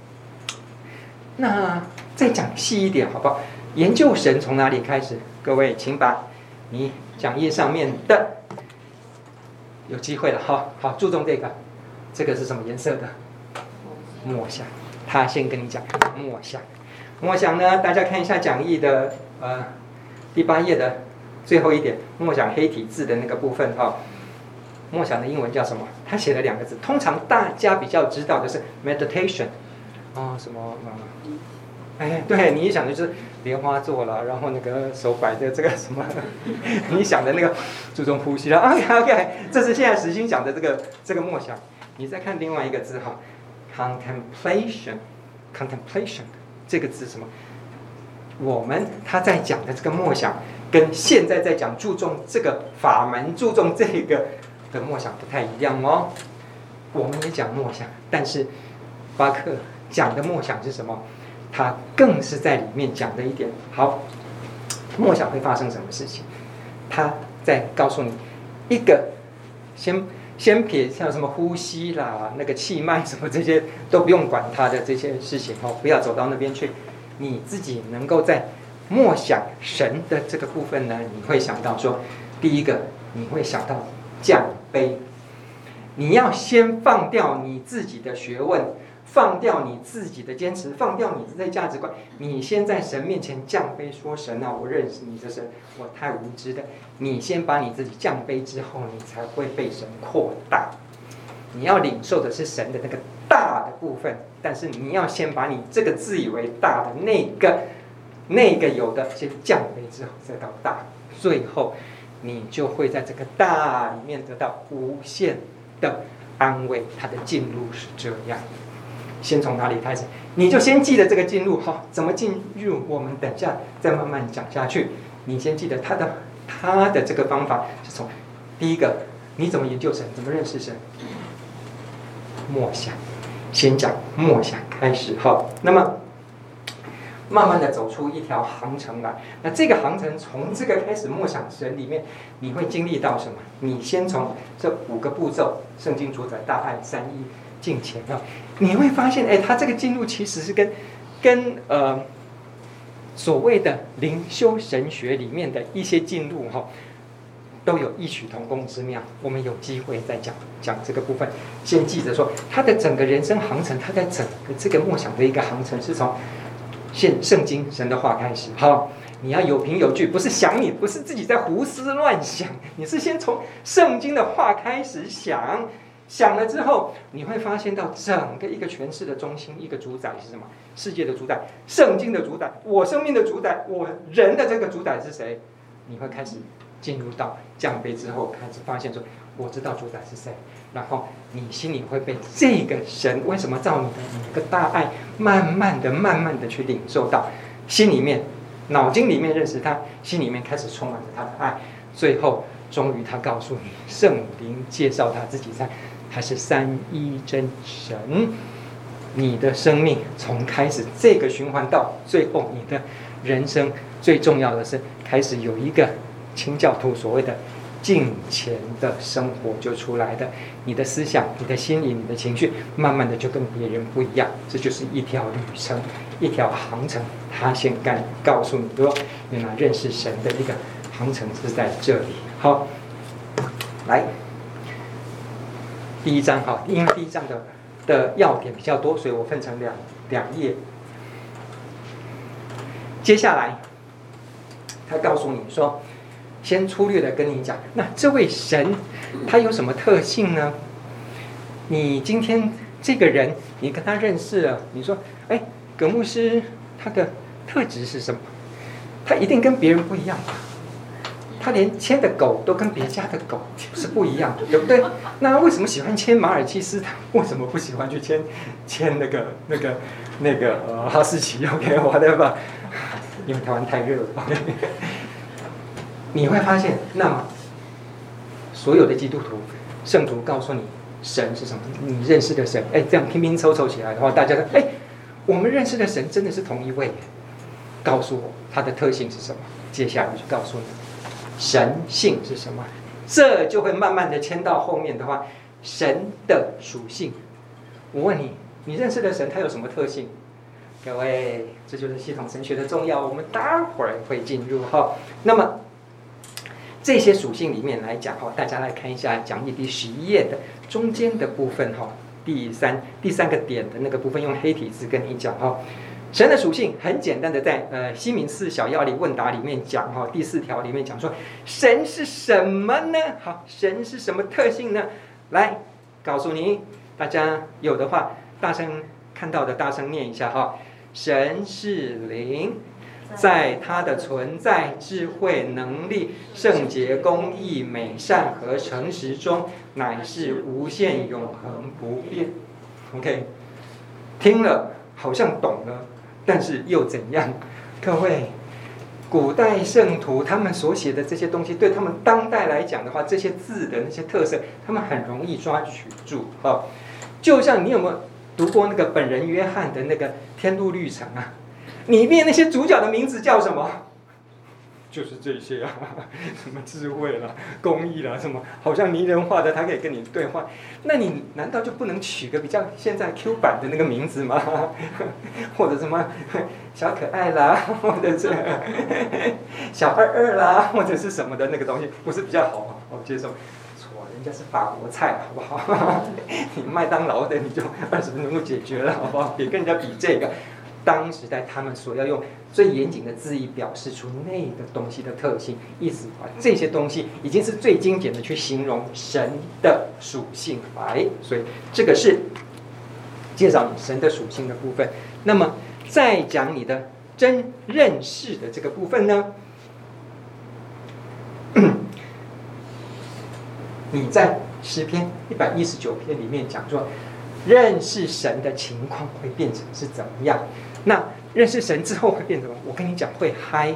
那再讲细一点好不好？研究神从哪里开始？各位，请把你讲义上面的，有机会了哈，好，注重这个，这个是什么颜色的？墨香。他先跟你讲墨香，墨香呢，大家看一下讲义的呃第八页的最后一点，墨香黑体字的那个部分哈。默想的英文叫什么？他写了两个字，通常大家比较知道的是 meditation， 哦，什么？嗯、哎，对你一想的就是莲花座了，然后那个手摆的这个什么，你想的那个注重呼吸了。OK OK， 这是现在时兴讲的这个这个默想。你再看另外一个字哈 ，contemplation，contemplation contemplation， 这个字什么？我们他在讲的这个默想，跟现在在讲注重这个法门、注重这个的默想不太一样哦。我们也讲默想，但是巴克讲的默想是什么？他更是在里面讲的一点。好，默想会发生什么事情？他在告诉你一个，先先撇像什么呼吸啦、那个气脉什么这些都不用管它的这些事情哦，不要走到那边去。你自己能够在默想神的这个部分呢，你会想到说，第一个你会想到降卑，你要先放掉你自己的学问，放掉你自己的坚持，放掉你自己的价值观，你先在神面前降卑，说神啊，我认识你这神，我太无知的。你先把你自己降卑之后，你才会被神扩大。你要领受的是神的那个大的部分，但是你要先把你这个自以为大的那个那个有的先降卑之后，再到大，最后你就会在这个大里面得到无限的安慰。它的进路是这样，先从哪里开始？你就先记得这个进入哈，怎么进入？我们等一下再慢慢讲下去。你先记得它的它的这个方法是从第一个，你怎么研究神，怎么认识神？默想，先讲默想开始哈。那么慢慢的走出一条航程来。那这个航程从这个开始默想神里面，你会经历到什么？你先从这五个步骤，圣经主宰大爱三一敬虔啊，你会发现，哎，它这个进入其实是跟跟呃所谓的灵修神学里面的一些进入哈，都有异曲同工之妙。我们有机会再讲讲这个部分。先记着说，他的整个人生航程，他在整个这个默想的一个航程是从现圣经神的话开始。好，你要有凭有据，不是想你，不是自己在胡思乱想，你是先从圣经的话开始想。想了之后，你会发现到整个一个诠释的中心，一个主宰是什么？世界的主宰，圣经的主宰，我生命的主宰，我人的这个主宰是谁？你会开始进入到降卑之后，开始发现说，我知道主宰是谁。然后你心里会被这个神为什么造你的你的大爱，慢慢的、慢慢的去领受到，心里面、脑筋里面认识他，心里面开始充满着他的爱。最后，终于他告诉你，圣灵介绍他自己在。他是三一真神，你的生命从开始这个循环到最后，你的人生最重要的是开始有一个清教徒所谓的敬虔的生活就出来的。你的思想、你的心理、你的情绪，慢慢的就跟别人不一样。这就是一条旅程，一条航程。他先干告诉你说，原来认识神的一个航程是在这里。好，来。 第一章哈，因为第一章的的要点比较多，所以我分成两两页。接下来，他告诉你说，先粗略的跟你讲，那这位神他有什么特性呢？你今天这个人，你跟他认识了，你说，哎，葛牧师他的特质是什么？他一定跟别人不一样吧？他连牵的狗都跟别家的狗是不一样的，对不对？那为什么喜欢牵马尔济斯？他为什么不喜欢去牵牵那个那个那个呃哈士奇 ？OK， whatever， 因为台湾太热了。OK， 你会发现，那么所有的基督徒圣徒告诉你神是什么，你认识的神，哎，这样拼拼凑凑起来的话，大家说，哎，我们认识的神真的是同一位。告诉我它的特性是什么？接下来就告诉你。神性是什么？这就会慢慢的牵到后面的话，神的属性。我问你，你认识的神他有什么特性？各位，这就是系统神学的重要，我们待会儿会进入哈。那么这些属性里面来讲哈，大家来看一下讲义第十一页的中间的部分哈，第三第三个点的那个部分，用黑体字跟你讲哈。神的属性很简单的在呃西敏寺小要理问答里面讲哈，第四条里面讲说神是什么呢？好，神是什么特性呢？来告诉你，大家有的话大声看到的大声念一下哈。神是灵，在他的存在、智慧、能力、圣洁、公义、美善和诚实中，乃是无限、永恒、不变。OK， 听了好像懂了。但是又怎样？各位，古代圣徒他们所写的这些东西，对他们当代来讲的话，这些字的那些特色，他们很容易抓取住啊。就像你有没有读过那个本人约翰的那个《天路历程》啊？里面那些主角的名字叫什么？就是这些啊，什么智慧啦、公益啦，什么好像拟人化的，他可以跟你对话。那你难道就不能取个比较现在 Q 版的那个名字吗？或者什么小可爱啦，或者是小二二啦，或者是什么的那个东西，不是比较好吗？我接受。错，人家是法国菜，好不好？你麦当劳的你就二十分钟就解决了，好不好？别跟人家比这个。当时代他们所要用最严谨的字义表示出那个东西的特性，意思把这些东西已经是最精简的去形容神的属性来，所以这个是介绍你神的属性的部分。那么再讲你的真认识的这个部分呢？你在诗篇一百一十九篇里面讲说，认识神的情况会变成是怎么样？那认识神之后会变成什么？我跟你讲，会嗨，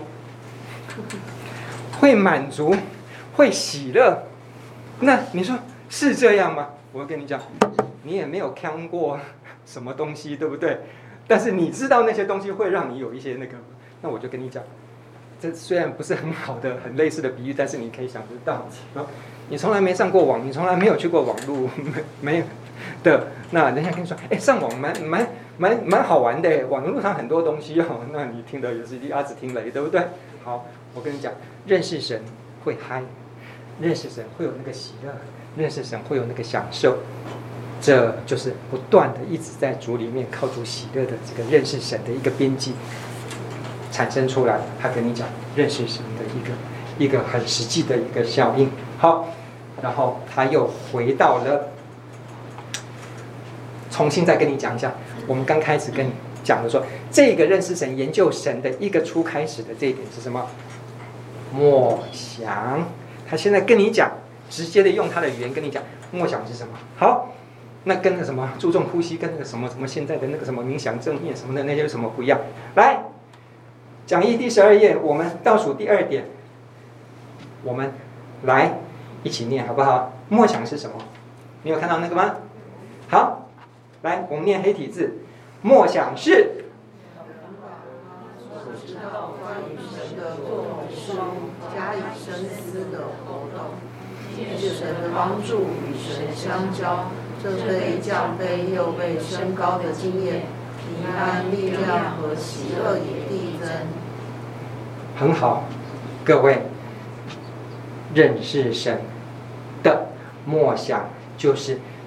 会满足，会喜乐。那你说是这样吗？我跟你讲，你也没有看过什么东西，对不对？但是你知道那些东西会让你有一些那个，那我就跟你讲，这虽然不是很好的、很类似的比喻，但是你可以想得到。你从来没上过网，你从来没有去过网路，没有的，那人家跟你说，哎，上网蛮蛮蛮蛮好玩的，网络上很多东西哦，那你听的也是一鸭子听雷，对不对？好，我跟你讲，认识神会嗨，认识神会有那个喜乐，认识神会有那个享受，这就是不断的一直在主里面靠主喜乐的这个认识神的一个边际产生出来。他跟你讲认识神的一个一个很实际的一个效应。好，然后他又回到了。重新再跟你讲一下，我们刚开始跟你讲的说，这个认识神、研究神的一个初开始的这一点是什么？默想。他现在跟你讲，直接的用他的语言跟你讲，默想是什么？好，那跟那什么注重呼吸，跟那个什么什么现在的那个什么冥想正念什么的那些有什么不一样？来，讲义第十二页，我们倒数第二点，我们来一起念好不好？默想是什么？你有看到那个吗？好。来，我们念黑体字，默想是所知道关于神的各种事物，加以深思的活动，借神的帮助与神相交，这被降卑又被升高的经验，平安、力量和喜乐也递增。 很好，各位，认识神的默想就是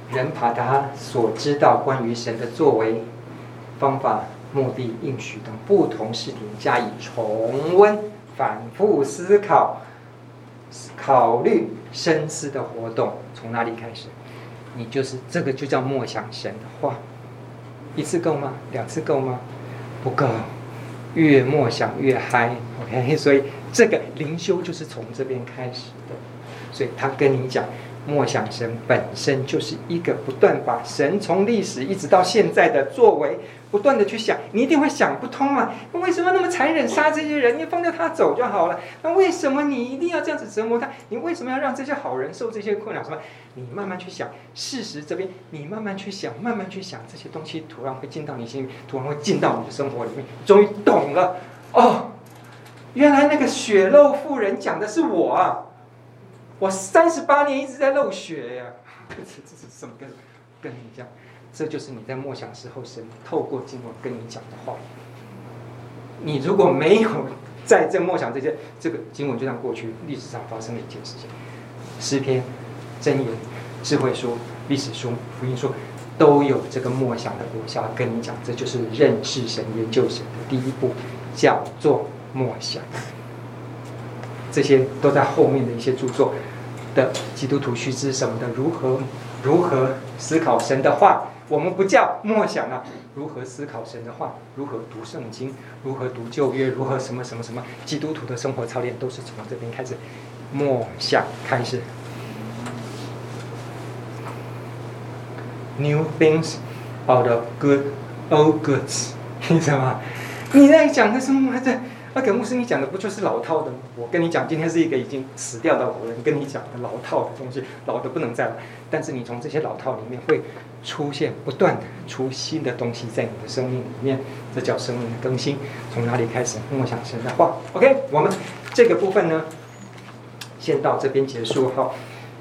人把他所知道关于神的作为、方法、目的、应许等不同视点加以重温、反复思考、考虑、深思的活动，从哪里开始？你就是这个就叫默想神的话。一次够吗？两次够吗？不够，越默想越嗨。OK， 所以这个灵修就是从这边开始的。所以他跟你讲，默想神本身就是一个不断把神从历史一直到现在的作为不断的去想，你一定会想不通嘛？为什么那么残忍杀这些人？你放掉他走就好了。那为什么你一定要这样子折磨他？你为什么要让这些好人受这些困扰？什么？你慢慢去想，事实这边你慢慢去想，慢慢去想，这些东西突然会进到你心里，突然会进到你的生活里面，终于懂了。哦，原来那个血漏妇人讲的是我啊！我三十八年一直在漏血呀、啊！这这是什么跟跟你讲？这就是你在默想时候，神透过经文跟你讲的话。你如果没有在这默想这些，这个经文就像过去历史上发生的一件事情。诗篇、箴言、智慧书、历史书、福音书，都有这个默想的果效。跟你讲，这就是认识神、研究神的第一步，叫做默想。这些都在后面的一些著作的基督徒须知什么的，如何如何思考神的话。我们不叫默想啊，如何思考神的话，如何读圣经，如何读旧约，如何什么什么什么，基督徒的生活操练都是从这边开始，默想开始。New things out of good old goods， 你知道吗？你在讲的什么？这那给牧师你讲的不就是老套的吗？我跟你讲，今天是一个已经死掉的老人跟你讲的老套的东西，老的不能再了。但是你从这些老套里面会出现不断的出新的东西在你的生命里面，这叫生命的更新。从哪里开始？默想神的话。OK， 我们这个部分呢，先到这边结束哈。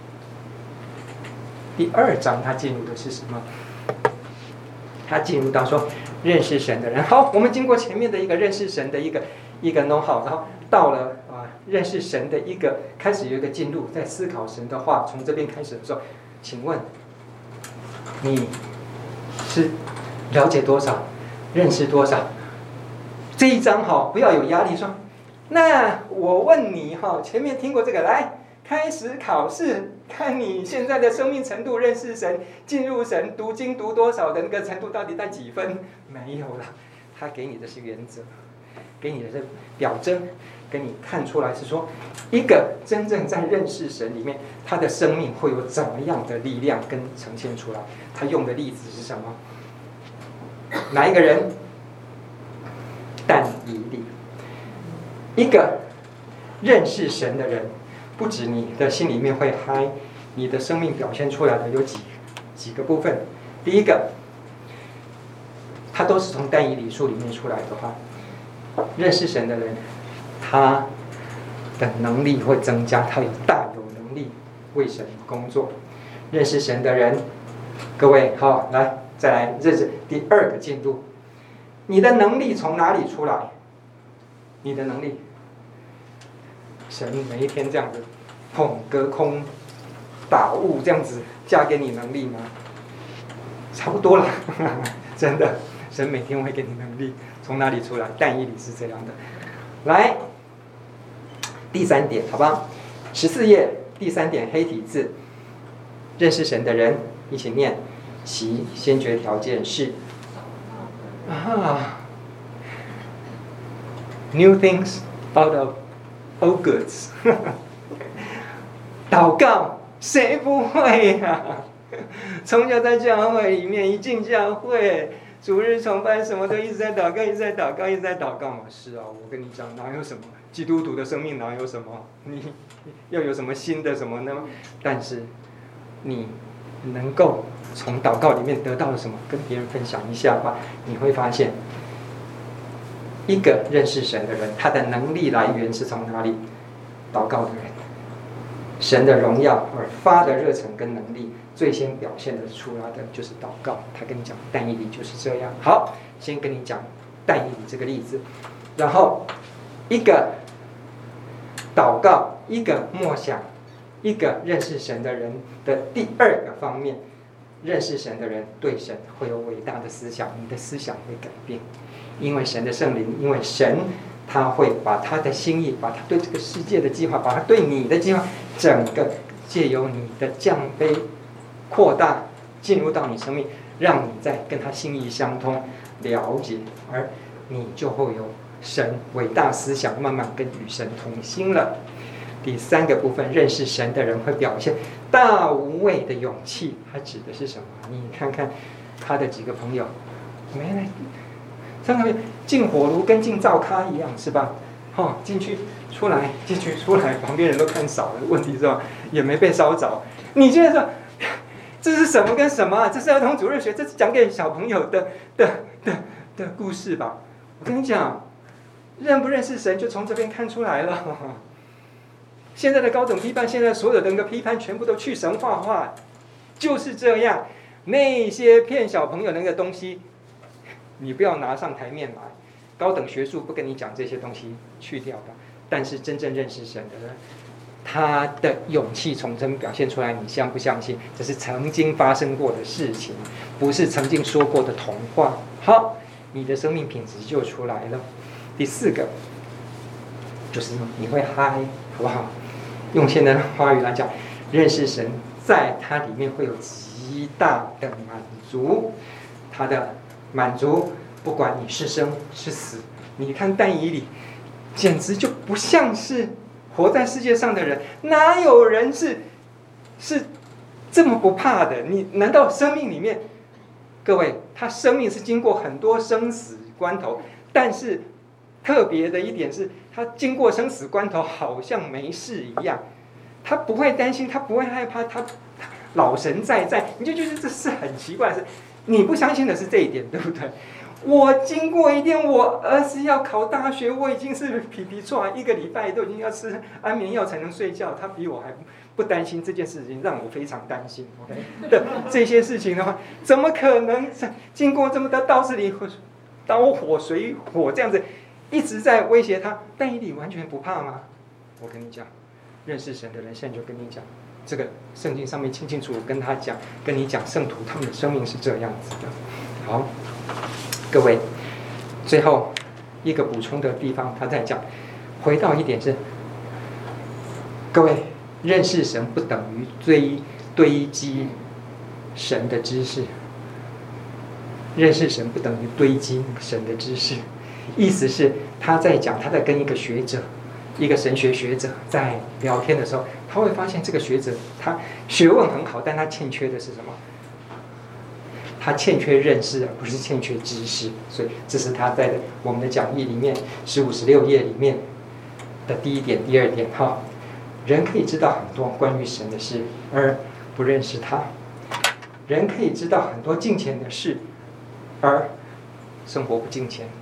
第二章它进入的是什么？它进入到说认识神的人。好，我们经过前面的一个认识神的一个一个 know how， 然后到了啊、呃、认识神的一个开始有一个进入，在思考神的话，从这边开始的时候，请问你是了解多少，认识多少？这一章哈，不要有压力说，那我问你哈，前面听过这个，来开始考试，看你现在的生命程度，认识神，进入神，读经读多少的那个程度到底在几分？没有了，他给你的是原则，给你的是表征，给你看出来是说，一个真正在认识神里面，他的生命会有怎么样的力量跟呈现出来？他用的例子是什么？哪一个人？但以理。一个认识神的人，不止你的心里面会嗨，你的生命表现出来的有几几个部分。第一个，他都是从但以理书里面出来的话，认识神的人，他的能力会增加，他有大有能力为神工作。认识神的人，各位好，来再来认识第二个进度，你的能力从哪里出来？你的能力，神每一天这样子，砰隔空打雾这样子加给你能力吗？差不多了，真的，神每天会给你能力，从哪里出来？但以理是这样的。来，第三点，好吧？十四页第三点黑体字，认识神的人一起念，其先决条件是啊 ，New things out of old goods 。祷告谁不会呀、啊？从小在教会里面，一进教会，主日崇拜什么都一直在祷告，一直在祷告，一直在祷告嘛。是啊，我跟你讲，哪有什么基督徒的生命哪有什么？你要有什么新的什么呢？但是你能够从祷告里面得到了什么，跟别人分享一下吧。你会发现，一个认识神的人，他的能力来源是从哪里？祷告的人，神的荣耀而发的热忱跟能力，最先表现的出来的就是祷告。他跟你讲但以理就是这样。好，先跟你讲但以理这个例子，然后一个祷告，一个默想，一个认识神的人的第二个方面， 认识神的人对神会有伟大的思想，你的思想会改变，因为神的圣灵，因为神他会把他的心意，把他对这个世界的计划，把他对你的计划，整个借由你的降卑扩大进入到你生命，让你在跟他心意相通了解，而你就会有神伟大思想慢慢跟与神同心了。第三个部分，认识神的人会表现大无畏的勇气，它指的是什么？你看看他的几个朋友，没来，上面进火炉跟进灶咖一样，是吧？哦，进去出来，进去出来，旁边人都看少了，问题是吧？也没被烧着。你现在说这是什么跟什么啊？这是儿童主日学，这是讲给小朋友的的的的故事吧？我跟你讲，认不认识神就从这边看出来了。现在的高等批判，现在所有的那个批判全部都去神化化，就是这样。那些骗小朋友的那个东西，你不要拿上台面来。高等学术不跟你讲这些东西，去掉吧。但是真正认识神的人，他的勇气从中表现出来，你相不相信？这是曾经发生过的事情，不是曾经说过的童话。好，你的生命品质就出来了。第四个，就是你会嗨，好不好？用现在的话语来讲，认识神，在它里面会有极大的满足。他的满足，不管你是生是死，你看但以理，简直就不像是活在世界上的人，哪有人是是这么不怕的？你难道生命里面，各位，他生命是经过很多生死关头，但是特别的一点是，他经过生死关头好像没事一样，他不会担心，他不会害怕，他老神在在，你就觉得这是很奇怪的事。你不相信的是这一点，对不对？我经过一天，我儿子要考大学，我已经是皮皮挫，一个礼拜都已经要吃安眠药才能睡觉，他比我还不担心这件事情，让我非常担心。OK 的这些事情的话，怎么可能经过这么多刀子里刀火水火这样子？一直在威胁他，但以理完全不怕吗？我跟你讲，认识神的人现在就跟你讲，这个圣经上面清清楚楚跟他讲，跟你讲圣徒他们的生命是这样子的。好，各位，最后一个补充的地方，他在讲，回到一点是，各位认识神不等于堆堆积神的知识，认识神不等于堆积神的知识。意思是他在讲，他在跟一个学者，一个神学学者在聊天的时候，他会发现这个学者他学问很好，但他欠缺的是什么？他欠缺认识，而不是欠缺知识。所以这是他在我们的讲义里面十五、十六页里面的第一点、第二点。哈，人可以知道很多关于神的事，而不认识他；人可以知道很多敬虔的事，而生活不敬虔。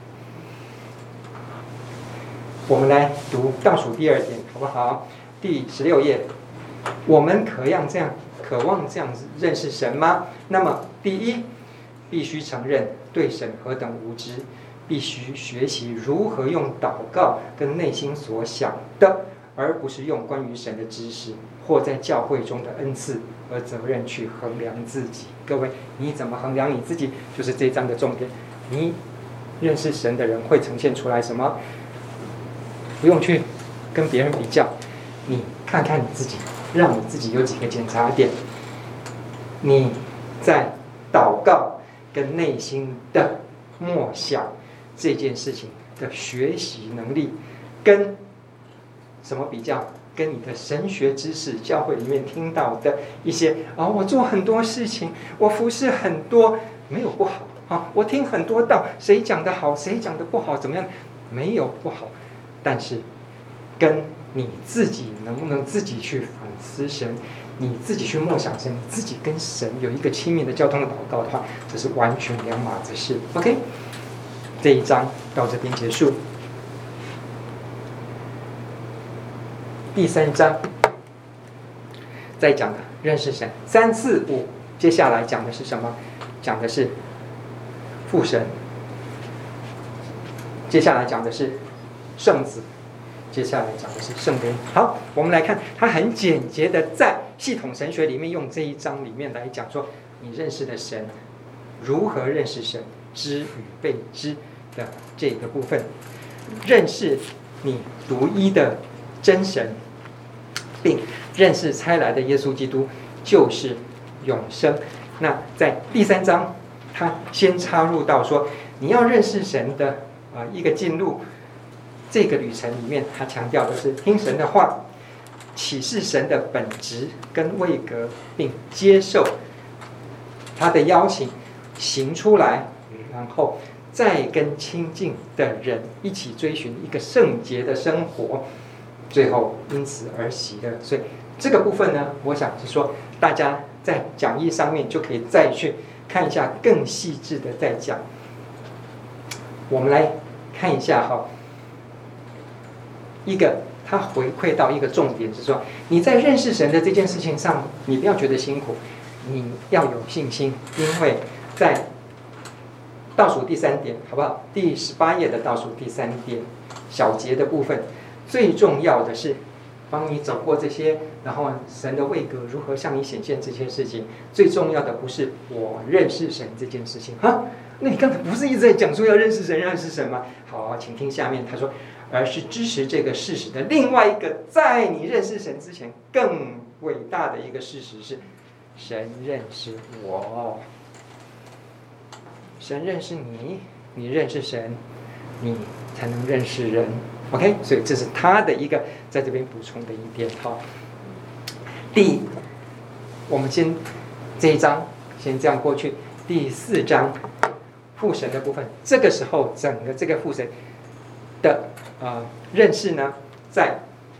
我们来读倒数第二点，好不好？第十六页，我们可样这样渴望这样认识神吗？那么，第一，必须承认对神何等无知，必须学习如何用祷告跟内心所想的，而不是用关于神的知识或在教会中的恩赐和责任去衡量自己。各位，你怎么衡量你自己？就是这章的重点。你认识神的人会呈现出来什么？不用去跟别人比较，你看看你自己，让你自己有几个检查点。你在祷告跟内心的默想这件事情的学习能力，跟什么比较？跟你的神学知识，教会里面听到的一些啊、哦，我做很多事情，我服侍很多，没有不好啊，我听很多道，谁讲的好，谁讲的不好，怎么样？没有不好。但是，跟你自己能不能自己去反思神，你自己去默想神，你自己跟神有一个亲密的交通的祷告的话，这是完全两码子事。OK， 这一章到这边结束。第三章在讲的认识神，三四五，接下来讲的是什么？讲的是父神。接下来讲的是圣子，接下来讲的是圣灵。好，我们来看，他很简洁的在系统神学里面用这一章里面来讲说， 你认识的神，如何认识神，知与被知的这个部分，认识你独一的真神，并认识差来的耶稣基督就是永生。那在第三章，他先插入到说，你要认识神的啊、呃、一个进入这个旅程里面，他强调的是听神的话，启示神的本质跟位格，并接受他的邀请，行出来，然后再跟亲近的人一起追寻一个圣洁的生活，最后因此而喜乐。所以这个部分呢，我想是说，大家在讲义上面就可以再去看一下更细致的再讲。我们来看一下哈，一个他回馈到一个重点是说，你在认识神的这件事情上，你不要觉得辛苦，你要有信心，因为在倒数第三点，好不好？第十八页的倒数第三点，小节的部分，最重要的是帮你走过这些，然后神的位格如何向你显现这些事情。最重要的不是我认识神这件事情哈，那你刚才不是一直在讲说要认识神，认识神吗？好，请听下面他说，而是支持这个事实的另外一个，在你认识神之前更伟大的一个事实是，神认识我。神认识你，你认识神，你才能认识人。OK， 所以这是他的一个在这边补充的一点。好，第，我们先这一章先这样过去。第四章父神的部分，这个时候整个这个父神的呃认识呢，在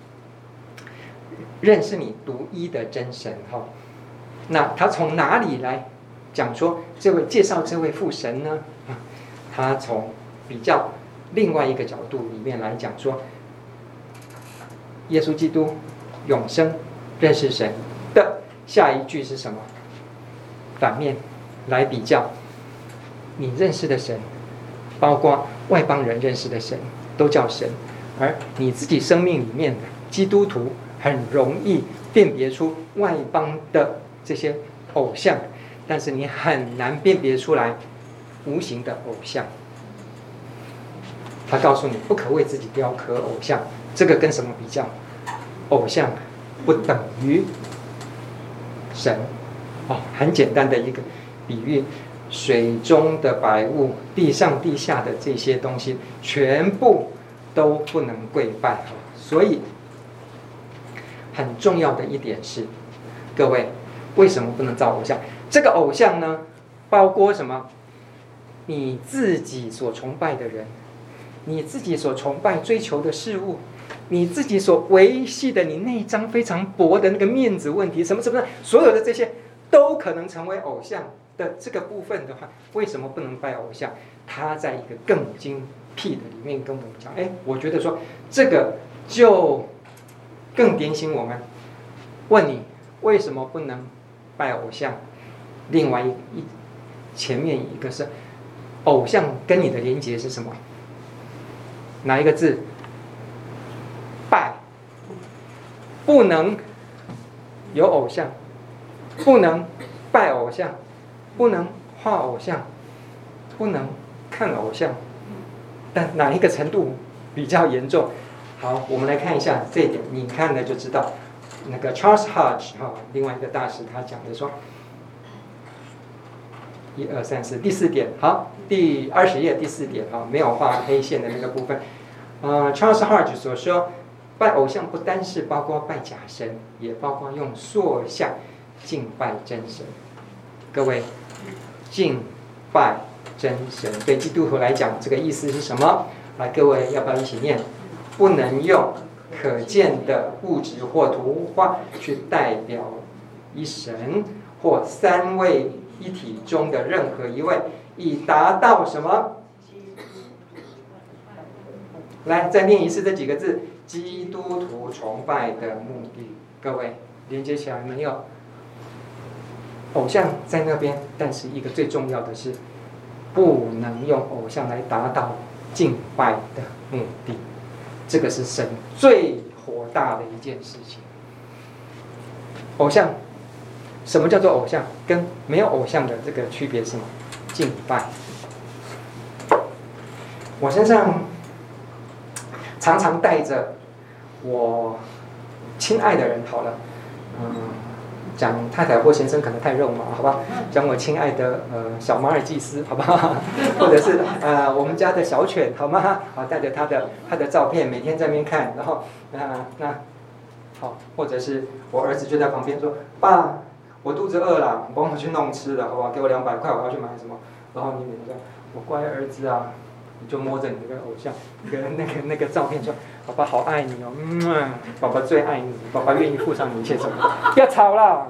认识你独一的真神哈。那他从哪里来讲说这位介绍这位父神呢？啊，他从比较另外一个角度里面来讲说，耶稣基督永生认识神的下一句是什么？反面来比较，你认识的神，包括外邦人认识的神，都叫神，而你自己生命里面的基督徒很容易辨别出外邦的这些偶像，但是你很难辨别出来无形的偶像。他告诉你不可为自己雕刻偶像，这个跟什么比较？偶像不等于神哦，很简单的一个比喻，水中的百物，地上地下的这些东西，全部都不能跪拜。所以很重要的一点是，各位为什么不能造偶像？这个偶像呢，包括什么？你自己所崇拜的人，你自己所崇拜追求的事物，你自己所维系的你那张非常薄的那个面子问题，什么什么的，所有的这些都可能成为偶像的这个部分的话，为什么不能拜偶像？他在一个更精辟的里面跟我们讲，哎，我觉得说这个就更点醒我们，问你为什么不能拜偶像？另外一前面一个是偶像跟你的连结是什么？哪一个字？拜，不能有偶像，不能拜偶像，不能画偶像，不能看偶像。但哪一个程度比较严重？好，我们来看一下这一点，你看了就知道。那个 Charles Hodge 哈，另外一个大师他讲的说，一二三四，第四点，好，第二十页第四点啊，没有画黑线的那个部分。呃 ，Charles Hodge 所说，拜偶像不单是包括拜假神，也包括用塑像敬拜真神。各位，敬拜真神对基督徒来讲，这个意思是什么？来，各位要不要一起念？不能用可见的物质或图画去代表一神或三位一体中的任何一位，以达到什么？来，再念一次这几个字：基督徒崇拜的目的。各位连接起来没有？偶像在那边，但是一个最重要的是，不能用偶像来达到敬拜的目的。这个是神最火大的一件事情。偶像什么叫做偶像？跟没有偶像的这个区别是什么？敬拜。我身上常常带着我亲爱的人，好了，嗯，讲太太或先生可能太肉麻，好吧？讲我亲爱的呃小马尔济斯，好不好？或者是呃我们家的小犬，好吗？好，带着他的他的照片，每天在那边看，然后那那好，或者是我儿子就在旁边说：“爸，我肚子饿了，帮我去弄吃的，好不好？给我两百块，我要去买什么？”然后你每天说：“我乖儿子啊。”你就摸着你那个偶像，那个那个那个照片说：“爸爸好爱你哦，嗯，爸爸最爱你，爸爸愿意付上你一切什么？”不要吵啦！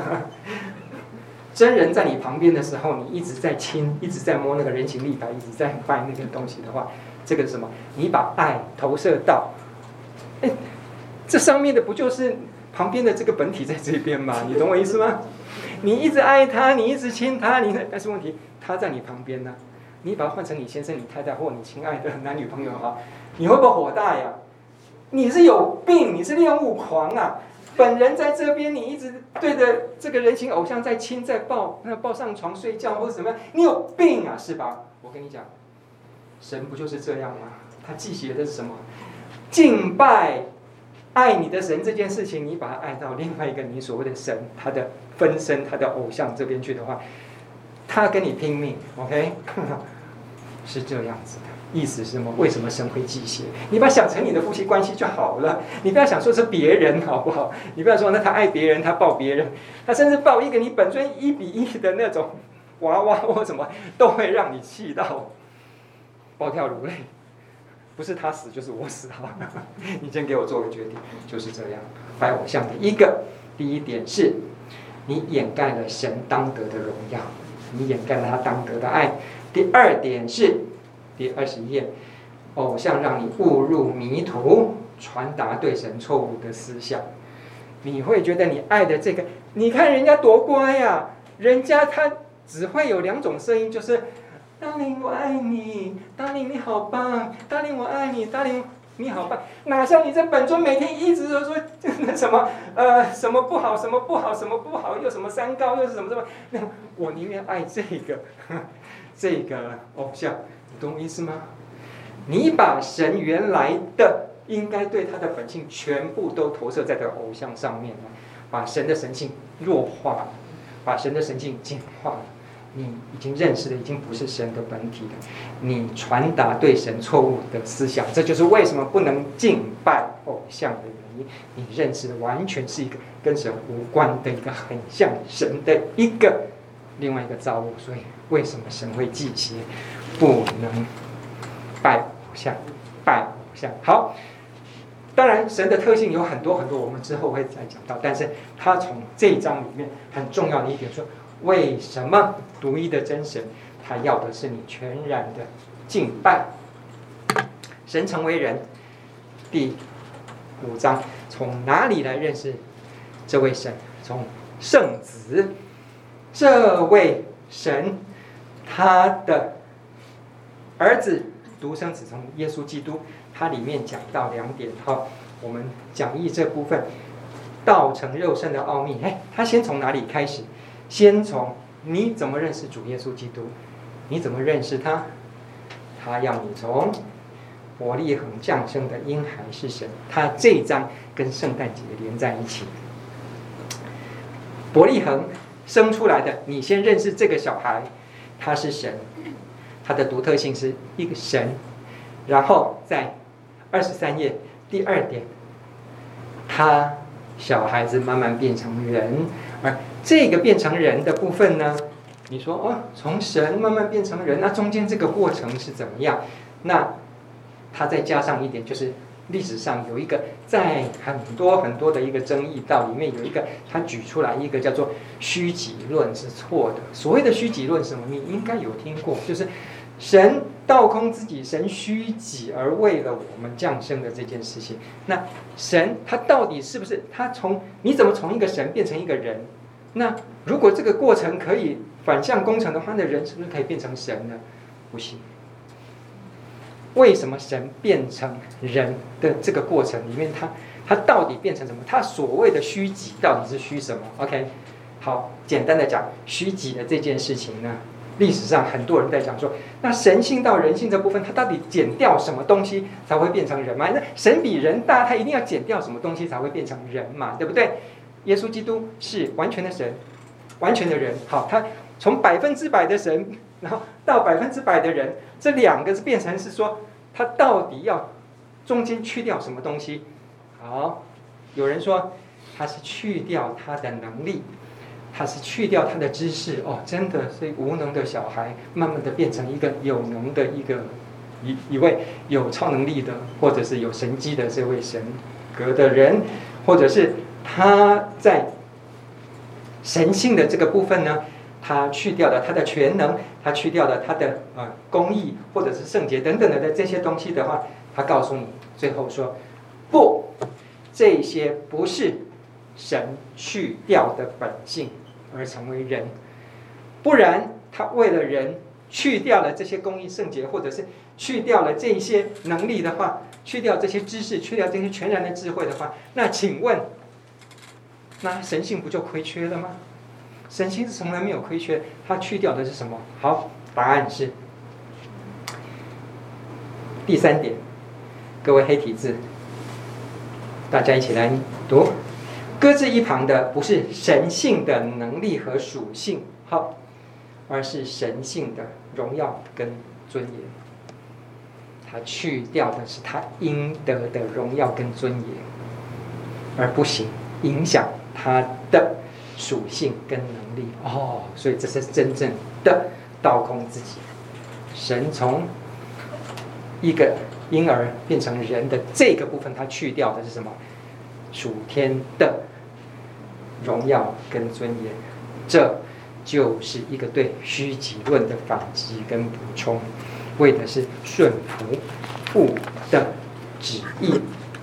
真人在你旁边的时候，你一直在亲，一直在摸那个人形立牌，一直在拜那个东西的话，这个是什么？你把爱投射到，哎，这上面的不就是旁边的这个本体在这边吗？你懂我意思吗？你一直爱他，你一直亲他，你但是问题他在你旁边呢、啊。你把它换成你先生、你太太或你亲爱的男女朋友的话，你会不会火大呀？你是有病，你是恋物狂啊！本人在这边，你一直对着这个人形偶像在亲、在抱，那抱上床睡觉或者怎么样，你有病啊，是吧？我跟你讲，神不就是这样吗？他记写的是什么？敬拜、爱你的神这件事情，你把它爱到另外一个你所谓的神，他的分身、他的偶像这边去的话。他跟你拼命 ，OK， 是这样子的。意思是什么？为什么神会记写？你把它想成你的夫妻关系就好了。你不要想说是别人，好不好？你不要说那他爱别人，他抱别人，他甚至抱一个你本尊一比一的那种娃娃或什么，都会让你气到暴跳如雷。不是他死就是我死，好吧？你先给我做个决定，就是这样。拜偶像的一个第一点是，你掩盖了神当得的荣耀。你掩盖了他当得的爱。第二点是，第二十一页，偶像让你误入迷途，传达对神错误的思想。你会觉得你爱的这个，你看人家多乖呀、啊，人家他只会有两种声音，就是，darling我爱你 ，darling 你好棒 ，darling 我爱你 ，darling 你好棒，哪像你这本尊每天一直都说那什么呃什么不好什么不好什么不好，又什么三高又是什么什么，那我宁愿爱这个这个偶像，你懂我意思吗？你把神原来的应该对他的本性全部都投射在这个偶像上面了，把神的神性弱化了，把神的神性简化了。你已经认识的已经不是神的本体了，你传达对神错误的思想，这就是为什么不能敬拜偶像的原因。你认识的完全是一个跟神无关的一个很像神的一个另外一个造物，所以为什么神会记写不能拜偶像？拜偶像好，当然神的特性有很多很多，我们之后会再讲到，但是他从这一章里面很重要的一点说，为什么独一的真神他要的是你全然的敬拜？神成为人，第五章从哪里来认识这位神？从圣子，这位神他的儿子独生子，从耶稣基督，他里面讲到两点。好，我们讲义这部分道成肉身的奥秘，哎，他先从哪里开始？先从你怎么认识主耶稣基督，你怎么认识他？他要你从伯利恒降生的婴孩是神，他这一章跟圣诞节连在一起。伯利恒生出来的，你先认识这个小孩，他是神，他的独特性是一个神。然后在二十三页第二点，他小孩子慢慢变成人，而这个变成人的部分呢，你说哦，从神慢慢变成人，那中间这个过程是怎么样？那他再加上一点，就是历史上有一个在很多很多的一个争议道里面有一个，他举出来一个叫做虚己论是错的。所谓的虚己论是什么？你应该有听过，就是神倒空自己，神虚己而为了我们降生的这件事情。那神他到底是不是他从你怎么从一个神变成一个人？那如果这个过程可以反向工程的话，那人是不是可以变成神呢？不行。为什么神变成人的这个过程里面，他他到底变成什么？他所谓的虚己到底是虚什么 ？OK， 好，简单的讲，虚己的这件事情呢，历史上很多人在讲说，那神性到人性这部分，它到底减掉什么东西才会变成人嘛？那神比人大，它一定要减掉什么东西才会变成人嘛？对不对？耶稣基督是完全的神，完全的人。好，他从百分之百的神，然后到百分之百的人，这两个是变成是说，他到底要中间去掉什么东西？好，有人说他是去掉他的能力。他是去掉他的知识哦，真的是无能的小孩，慢慢的变成一个有能的一个一一位有超能力的，或者是有神迹的这位神格的人，或者是他在神性的这个部分呢，他去掉了他的全能，他去掉了他的呃公义或者是圣洁等等的这些东西的话，他告诉你，最后说不，这些不是神去掉的本性而成为人，不然他为了人去掉了这些公义圣洁，或者是去掉了这些能力的话，去掉这些知识，去掉这些全然的智慧的话，那请问，那神性不就亏缺了吗？神性是从来没有亏缺，他去掉的是什么？好，答案是第三点，各位黑体字，大家一起来读。搁置一旁的不是神性的能力和属性，好，而是神性的荣耀跟尊严。他去掉的是他应得的荣耀跟尊严，而不行影响他的属性跟能力。哦，所以这是真正的倒空自己。神从一个婴儿变成人的这个部分，他去掉的是什么？属天的荣耀跟尊严，这就是一个对虚己论的反击跟补充，为的是顺服父的旨意。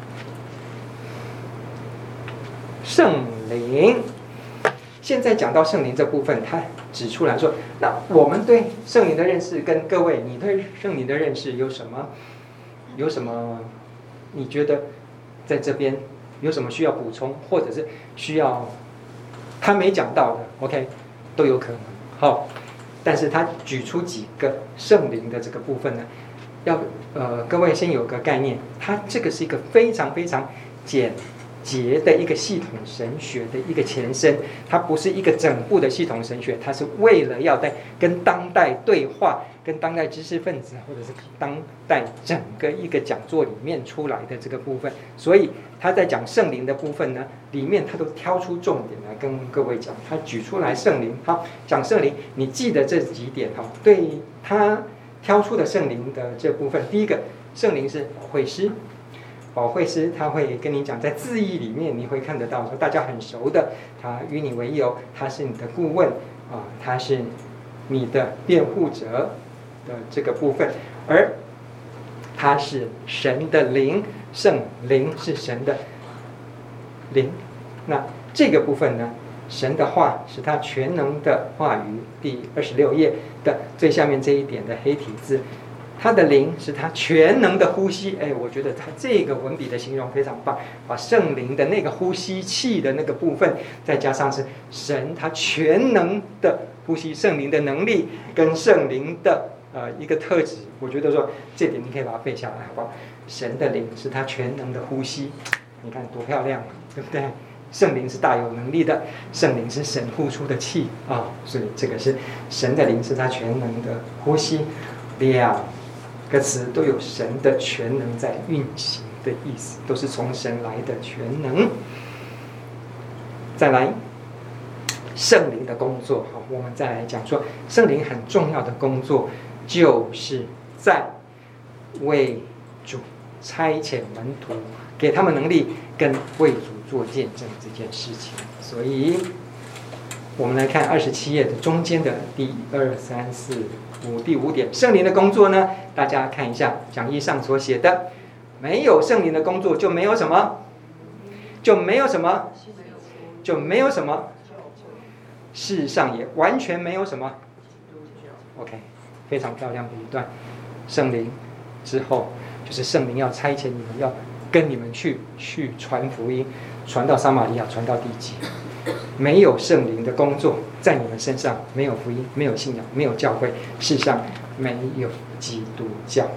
圣灵，现在讲到圣灵这部分，他指出来说，那我们对圣灵的认识跟各位，你对圣灵的认识有什么？有什么？你觉得在这边有什么需要补充，或者是需要他没讲到的 ，OK， 都有可能。好，但是他举出几个圣灵的这个部分呢，要呃各位先有个概念，它这个是一个非常非常简洁的一个系统神学的一个前身，它不是一个整部的系统神学，它是为了要在跟当代对话。跟当代知识分子或者是当代整个一个讲座里面出来的这个部分，所以他在讲圣灵的部分呢，里面他都挑出重点来跟各位讲。他举出来圣灵，好，讲圣灵，你记得这几点哈。对他挑出的圣灵的这部分，第一个，圣灵是会师，保惠师，他会跟你讲，在字义里面你会看得到，说大家很熟的，他与你为友，他是你的顾问啊，他是你的辩护者。的这个部分，而它是神的灵，圣灵是神的灵。那这个部分呢，神的话是他全能的话语，第二十六页的最下面这一点的黑体字，他的灵是他全能的呼吸。哎，我觉得他这个文笔的形容非常棒，把圣灵的那个呼吸气的那个部分，再加上是神他全能的呼吸，圣灵的能力跟圣灵的呃，一个特质，我觉得说这点你可以把它背下来，好不好？神的灵是他全能的呼吸，你看多漂亮，对不对？圣灵是大有能力的，圣灵是神呼出的气啊、哦，所以这个是神的灵是他全能的呼吸，两个词都有神的全能在运行的意思，都是从神来的全能。再来，圣灵的工作，好，我们再来讲说圣灵很重要的工作。就是在为主差遣门徒，给他们能力跟为主做见证这件事情。所以，我们来看二十七页的中间的第二、三、四、五第五点，圣灵的工作呢，大家看一下讲义上所写的，没有圣灵的工作就没有什么，就没有什么，就没有什么，世上也完全没有什么。OK。非常漂亮的一段，圣灵之后就是圣灵要差遣你们，要跟你们去去传福音，传到撒玛利亚，传到地极。 没有圣灵的工作在你们身上，没有福音，没有信仰，没有教会，世上没有基督教。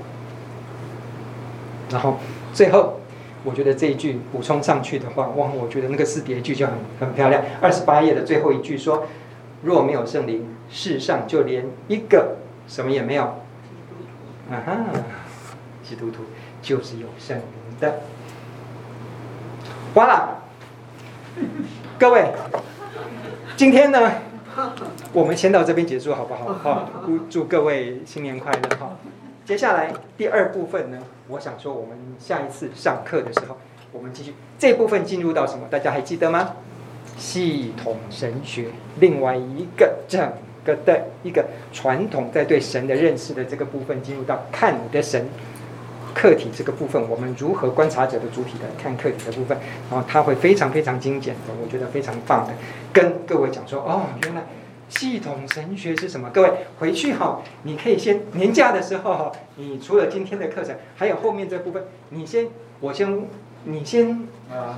然后最后，我觉得这一句补充上去的话，哇，我觉得那个四叠句就很很漂亮。二十八页的最后一句说：若没有圣灵，世上就连一个什么也没有。啊哈，基督徒就是有圣灵的。完了，各位，今天呢，我们先到这边结束好不好？好，祝各位新年快乐哈。接下来第二部分呢，我想说我们下一次上课的时候，我们继续这部分进入到什么？大家还记得吗？系统神学，另外一个整个的一个传统在对神的认识的这个部分，进入到看你的神客体这个部分，我们如何观察者的主体的看客体的部分，然后它会非常非常精简的，我觉得非常棒的，跟各位讲说，哦，原来系统神学是什么？各位回去哈，你可以先年假的时候哈，你除了今天的课程，还有后面这部分，你先，我先，你先啊，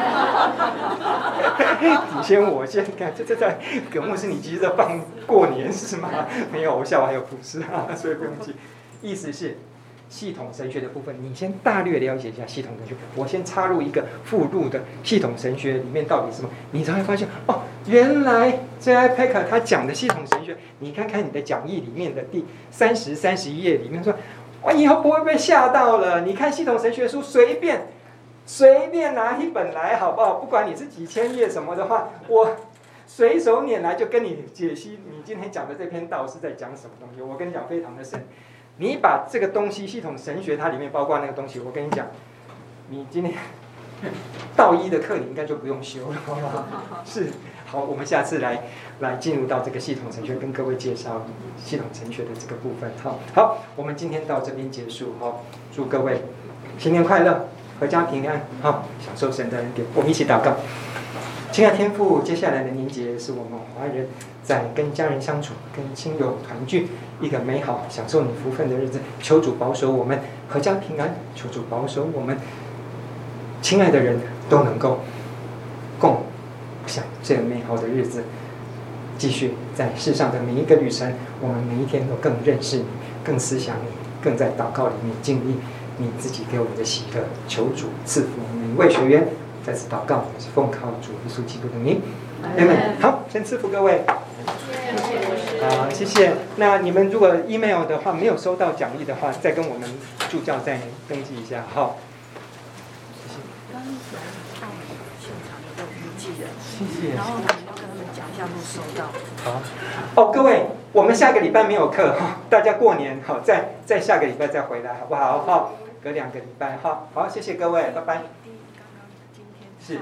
你先，我先，看这这在葛牧师，你急着放过年是吗？没有，我下午还有普世啊，所以不用急。意思是。系统神学的部分，你先大略了解一下系统神学。我先插入一个附录的系统神学里面到底是什么，你才会发现哦，原来 J I Packer 他讲的系统神学，你看看你的讲义里面的第三十、三十一页里面说，哇，以后不会被吓到了。你看系统神学书，随便随便拿一本来好不好？不管你是几千页什么的话，我随手拈来就跟你解析你今天讲的这篇道是在讲什么东西。我跟你讲，非常的深。你把这个东西系统神学它里面包括那个东西，我跟你讲，你今天道一的课你应该就不用修了，好不好？是，好，我们下次来来进入到这个系统神学，跟各位介绍系统神学的这个部分。好，好，我们今天到这边结束。好，祝各位新年快乐，阖家平安，好，享受神的恩典。我们一起祷告。亲爱的天父，接下来的年节是我们华人在跟家人相处、跟亲友团聚一个美好、享受你福分的日子。求主保守我们阖家平安，求主保守我们亲爱的人都能够共享这美好的日子。继续在世上的每一个旅程，我们每一天都更认识你，更思想你，更在祷告里面经历你自己给我们的喜乐。求主赐福我们每一位学员。再次祷告，是奉靠主耶稣基督的名，阿们。好，先赐福各位。好，谢谢。那你们如果 email 的话没有收到讲义的话，再跟我们助教再登记一下。好，谢谢。刚刚到现场有个预计的，谢谢。然后呢，你要跟他们讲一下，没有收到。好。哦，各位，我们下个礼拜没有课哈，大家过年好，再再下个礼拜再回来，好不好？好，隔两个礼拜哈。好，谢谢各位，拜拜。是，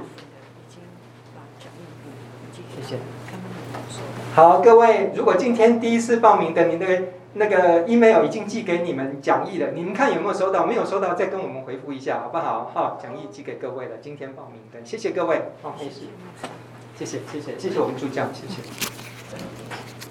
谢谢。好，各位，如果今天第一次报名的，您的那个 email 已经寄给你们讲义了，你们看有没有收到？没有收到，再跟我们回复一下，好不好？好，讲义寄给各位了，今天报名的，谢谢各位。好，没事。谢谢，谢谢，谢谢我们助教，谢谢。